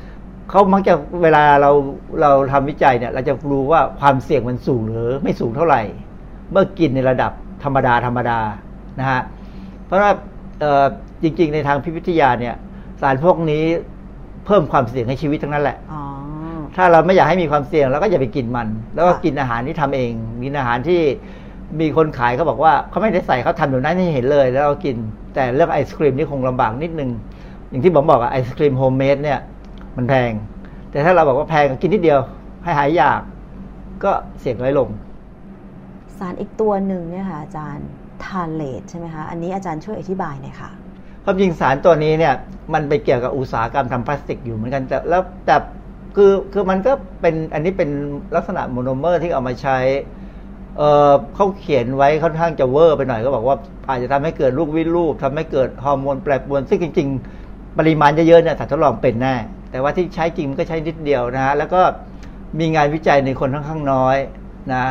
เขามักจะเวลาเราทำวิจัยเนี่ยเราจะรู้ว่าความเสี่ยงมันสูงหรือไม่สูงเท่าไหร่เมื่อกินในระดับธรรมดานะฮะเพราะว่าจริงๆในทางพิษวิทยาเนี่ยสารพวกนี้เพิ่มความเสี่ยงให้ชีวิตทั้งนั้นแหละถ้าเราไม่อยากให้มีความเสี่ยงเราก็อย่าไปกินมันแล้วก็กินอาหารที่ทำเองกินอาหารที่มีคนขายเขาบอกว่าเขาไม่ได้ใส่เขาทำแบบนั้นให้เห็นเลยแล้วเรากินแต่เรื่องไอศครีมนี่คงลำบากนิดนึงอย่างที่ผมบอกไอศครีมโฮมเมดเนี่ยมันแพงแต่ถ้าเราบอกว่าแพงกินนิดเดียวให้หายอยากก็เสี่ยงน้อยลงสารอีกตัวหนึ่งเนี่ยค่ะอาจารย์ทาเลตใช่ไหมคะอันนี้อาจารย์ช่วยอธิบายหน่อยค่ะความจริงสารตัวนี้เนี่ยมันไปเกี่ยวกับอุตสาหกรรมทำพลาสติกอยู่เหมือนกันแต่คือมันก็เป็นอันนี้เป็นลักษณะโมโนเมอร์ที่เอามาใช้เขาเขียนไว้ค่อนข้างจะเวอร์ไปหน่อยก็บอกว่าอาจจะทำให้เกิดลูกวิรูปทำให้เกิดฮอร์โมนแปรปรวนซึ่งจริงๆปริมาณเยอะๆเนี่ยสัตว์ทดลองเป็นแน่แต่ว่าที่ใช้จริงมันก็ใช้นิดเดียวนะฮะแล้วก็มีงานวิจัยในคนค่อนข้างน้อยนะ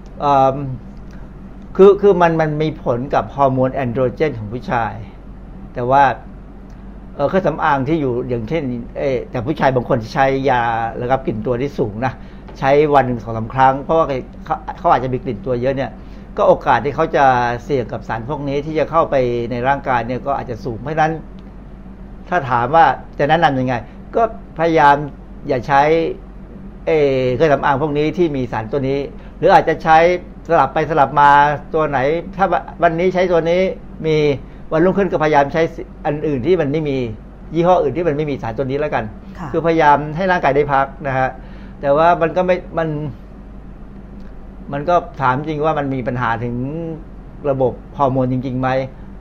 คือมันมีผลกับฮอร์โมนแอนโดรเจนของผู้ชายแต่ว่าเครื่องสำอางที่อยู่อย่างเช่นแต่ผู้ชายบางคนใช้ยาระงับกลิ่นตัวที่สูงนะใช้วันหนึ่ง 2-3 ครั้งเพราะว่าเขาอาจจะมีกลิ่นตัวเยอะเนี่ยก็โอกาสที่เขาจะเสี่ยงกับสารพวกนี้ที่จะเข้าไปในร่างกายเนี่ยก็อาจจะสูงเพราะฉะนั้นถ้าถามว่าจะแนะนำยังไงก็พยายามอย่าใช้เครื่องสำอางพวกนี้ที่มีสารตัวนี้หรืออาจจะใช้สลับไปสลับมาตัวไหนถ้าวันนี้ใช้ตัวนี้มีวันรุ่งขึ้นก็พยายามใช้อันอื่นที่มันไม่มียี่ห้ออื่นที่มันไม่มีสารตัวนี้แล้วกันคือพยายามให้ร่างกายได้พักนะฮะแต่ว่ามันก็ไม่มันก็ถามจริงว่ามันมีปัญหาถึงระบบฮอร์โมนจริงๆไหม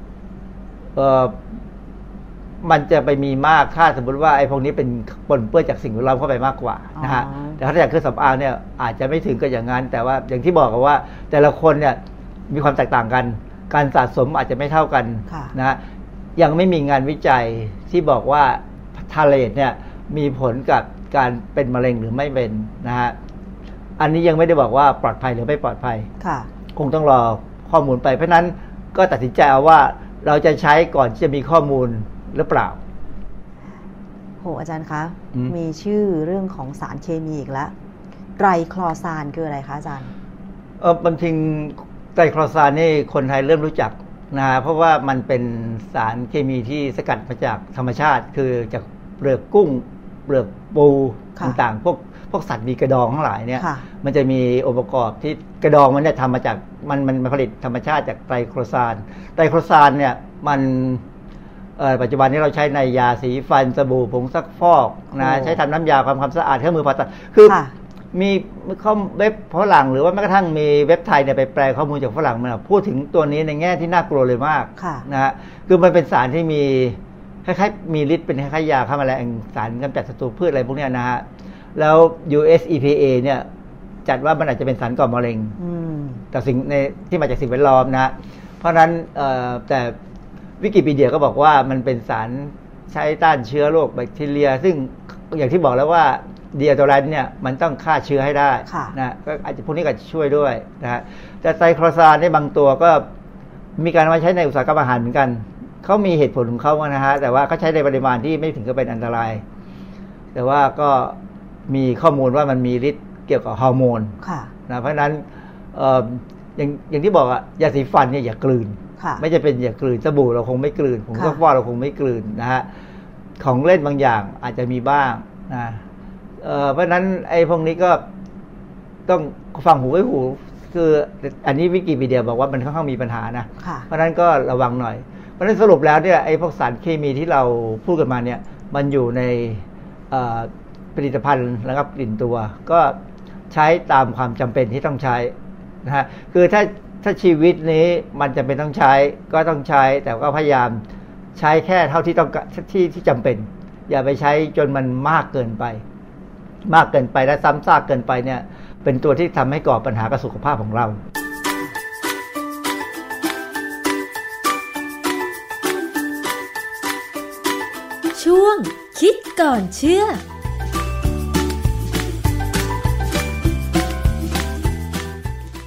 มันจะไปมีมากถ้าสมมติว่าไอ้พวกนี้เป็นปนเปื้อนจากสิ่งแวดล้อมเข้าไปมากกว่านะฮะแต่ถ้าอย่างเครื่องสำอางเนี่ยอาจจะไม่ถึงกับอย่างนั้นแต่ว่าอย่างที่บอกกันว่าแต่ละคนเนี่ยมีความแตกต่างกันการสะสมอาจจะไม่เท่ากันนะยังไม่มีงานวิจัยที่บอกว่าทาเลตเนี่ยมีผลกับการเป็นมะเร็งหรือไม่เป็นนะฮะอันนี้ยังไม่ได้บอกว่าปลอดภัยหรือไม่ปลอดภัยคงต้องรอข้อมูลไปเพราะนั้นก็ตัดสินใจเอาว่าเราจะใช้ก่อนที่จะมีข้อมูลหรือเปล่าโหอาจารย์คะมีชื่อเรื่องของสารเคมีอีกแล้วไตรคลอซานคืออะไรคะอาจารย์บางทีไตรคลอซานนี่คนไทยเริ่มรู้จักนะเพราะว่ามันเป็นสารเคมีที่สกัดมาจากธรรมชาติคือจากเปลือกกุ้งเปลือกปูต่างๆพวกสัตว์มีกระดองทั้งหลายเนี่ยมันจะมีองค์ประกอบที่กระดองมันเนี่ยทำมาจากมันผลิตธรรมชาติจากไตรคลอซานไตรคลอซานเนี่ยมันปัจจุบันนี้เราใช้ในยาสีฟันสบู่ผงซักฟอกนะใช้ทำน้ำยาความสะอาดเครื่องมือผ่าตัดคือมีข้อเว็บฝรั่งหรือว่าแม้กระทั่งมีเว็บไทยเนี่ยไปแปลข้อมูลจากฝรั่งมาพูดถึงตัวนี้ในแง่ที่น่ากลัวเลยมากนะฮะคือมันเป็นสารที่มีคล้ายๆมีฤทธิ์เป็นคล้ายๆยาฆ่าแมลงสารกำจัดศัตรูพืชอะไรพวกนี้นะฮะแล้ว US EPA เนี่ยจัดว่ามันอาจจะเป็นสารก่อมะเร็งแต่สิ่งในที่มาจากสิ่งแวดล้อมนะเพราะนั้นแต่วิกิพีเดียก็บอกว่ามันเป็นสารใช้ต้านเชื้อโรคแบคทีเรียซึ่งอย่างที่บอกแล้วว่าเดียโตแรนเนี่ยมันต้องฆ่าเชื้อให้ได้นะก็อาจจะพวกนี้ก็จะช่วยด้วยนะฮะแต่ไตรคลอซานในบางตัวก็มีการมาใช้ในอุตสาหกรรมอาหารเหมือนกันเขามีเหตุผลของเขานะฮะแต่ว่าเขาใช้ในปริมาณที่ไม่ถึงกับเป็นอันตรายแต่ว่าก็มีข้อมูลว่ามันมีฤทธิ์เกี่ยวกับฮอร์โมนนะเพราะฉะนั้นอย่างที่บอกอะยาสีฟันเนี่ยอย่ากลืนไม่จะเป็นอย่ากลืนสบู่เราคงไม่กลืนผงซักฟอกเราคงไม่กลืนนะฮะของเล่นบางอย่างอาจจะมีบ้างนะเพราะฉะนั้นไอ้พวกนี้ก็ต้องฟังหูไว้หูคืออันนี้วิกิพีเดียบอกว่ามันค่อนข้างมีปัญหานะเพราะฉะนั้นก็ระวังหน่อยเพราะฉะนั้นสรุปแล้วเนี่ยไอ้พวกสารเคมีที่เราพูดกันมาเนี่ยมันอยู่ในผลิตภัณฑ์ระงับกลิ่นตัวก็ใช้ตามความจำเป็นที่ต้องใช้นะฮะคือถ้าชีวิตนี้มันจะเป็นต้องใช้ก็ต้องใช้แต่ก็พยายามใช้แค่เท่าที่ต้องที่จำเป็นอย่าไปใช้จนมันมากเกินไปและซ้ำซากเกินไปเนี่ยเป็นตัวที่ทำให้ก่อปัญหากับสุขภาพของเราช่วงคิดก่อนเชื่อ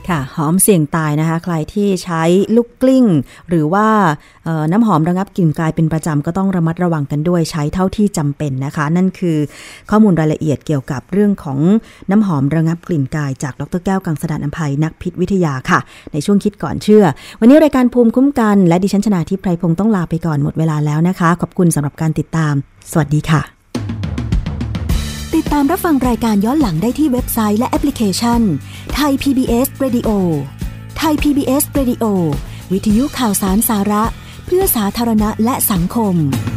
ค่ะหอมเสี่ยงตายนะคะใครที่ใช้ลูกกลิ้งหรือว่าน้ำหอมระงับกลิ่นกายเป็นประจำก็ต้องระมัดระวังกันด้วยใช้เท่าที่จำเป็นนะคะนั่นคือข้อมูลรายละเอียดเกี่ยวกับเรื่องของน้ำหอมระงับกลิ่นกายจากดร.แก้วกังสดาลอำไพนักพิษวิทยาค่ะในช่วงคิดก่อนเชื่อวันนี้รายการภูมิคุ้มกันและดิฉันชนาธิปไพรพงศ์ต้องลาไปก่อนหมดเวลาแล้วนะคะขอบคุณสำหรับการติดตามสวัสดีค่ะติดตามรับฟังรายการย้อนหลังได้ที่เว็บไซต์และแอปพลิเคชัน Thai PBS Radio Thai PBS Radio วิทยุข่าวสารสาระเพื่อสาธารณะและสังคม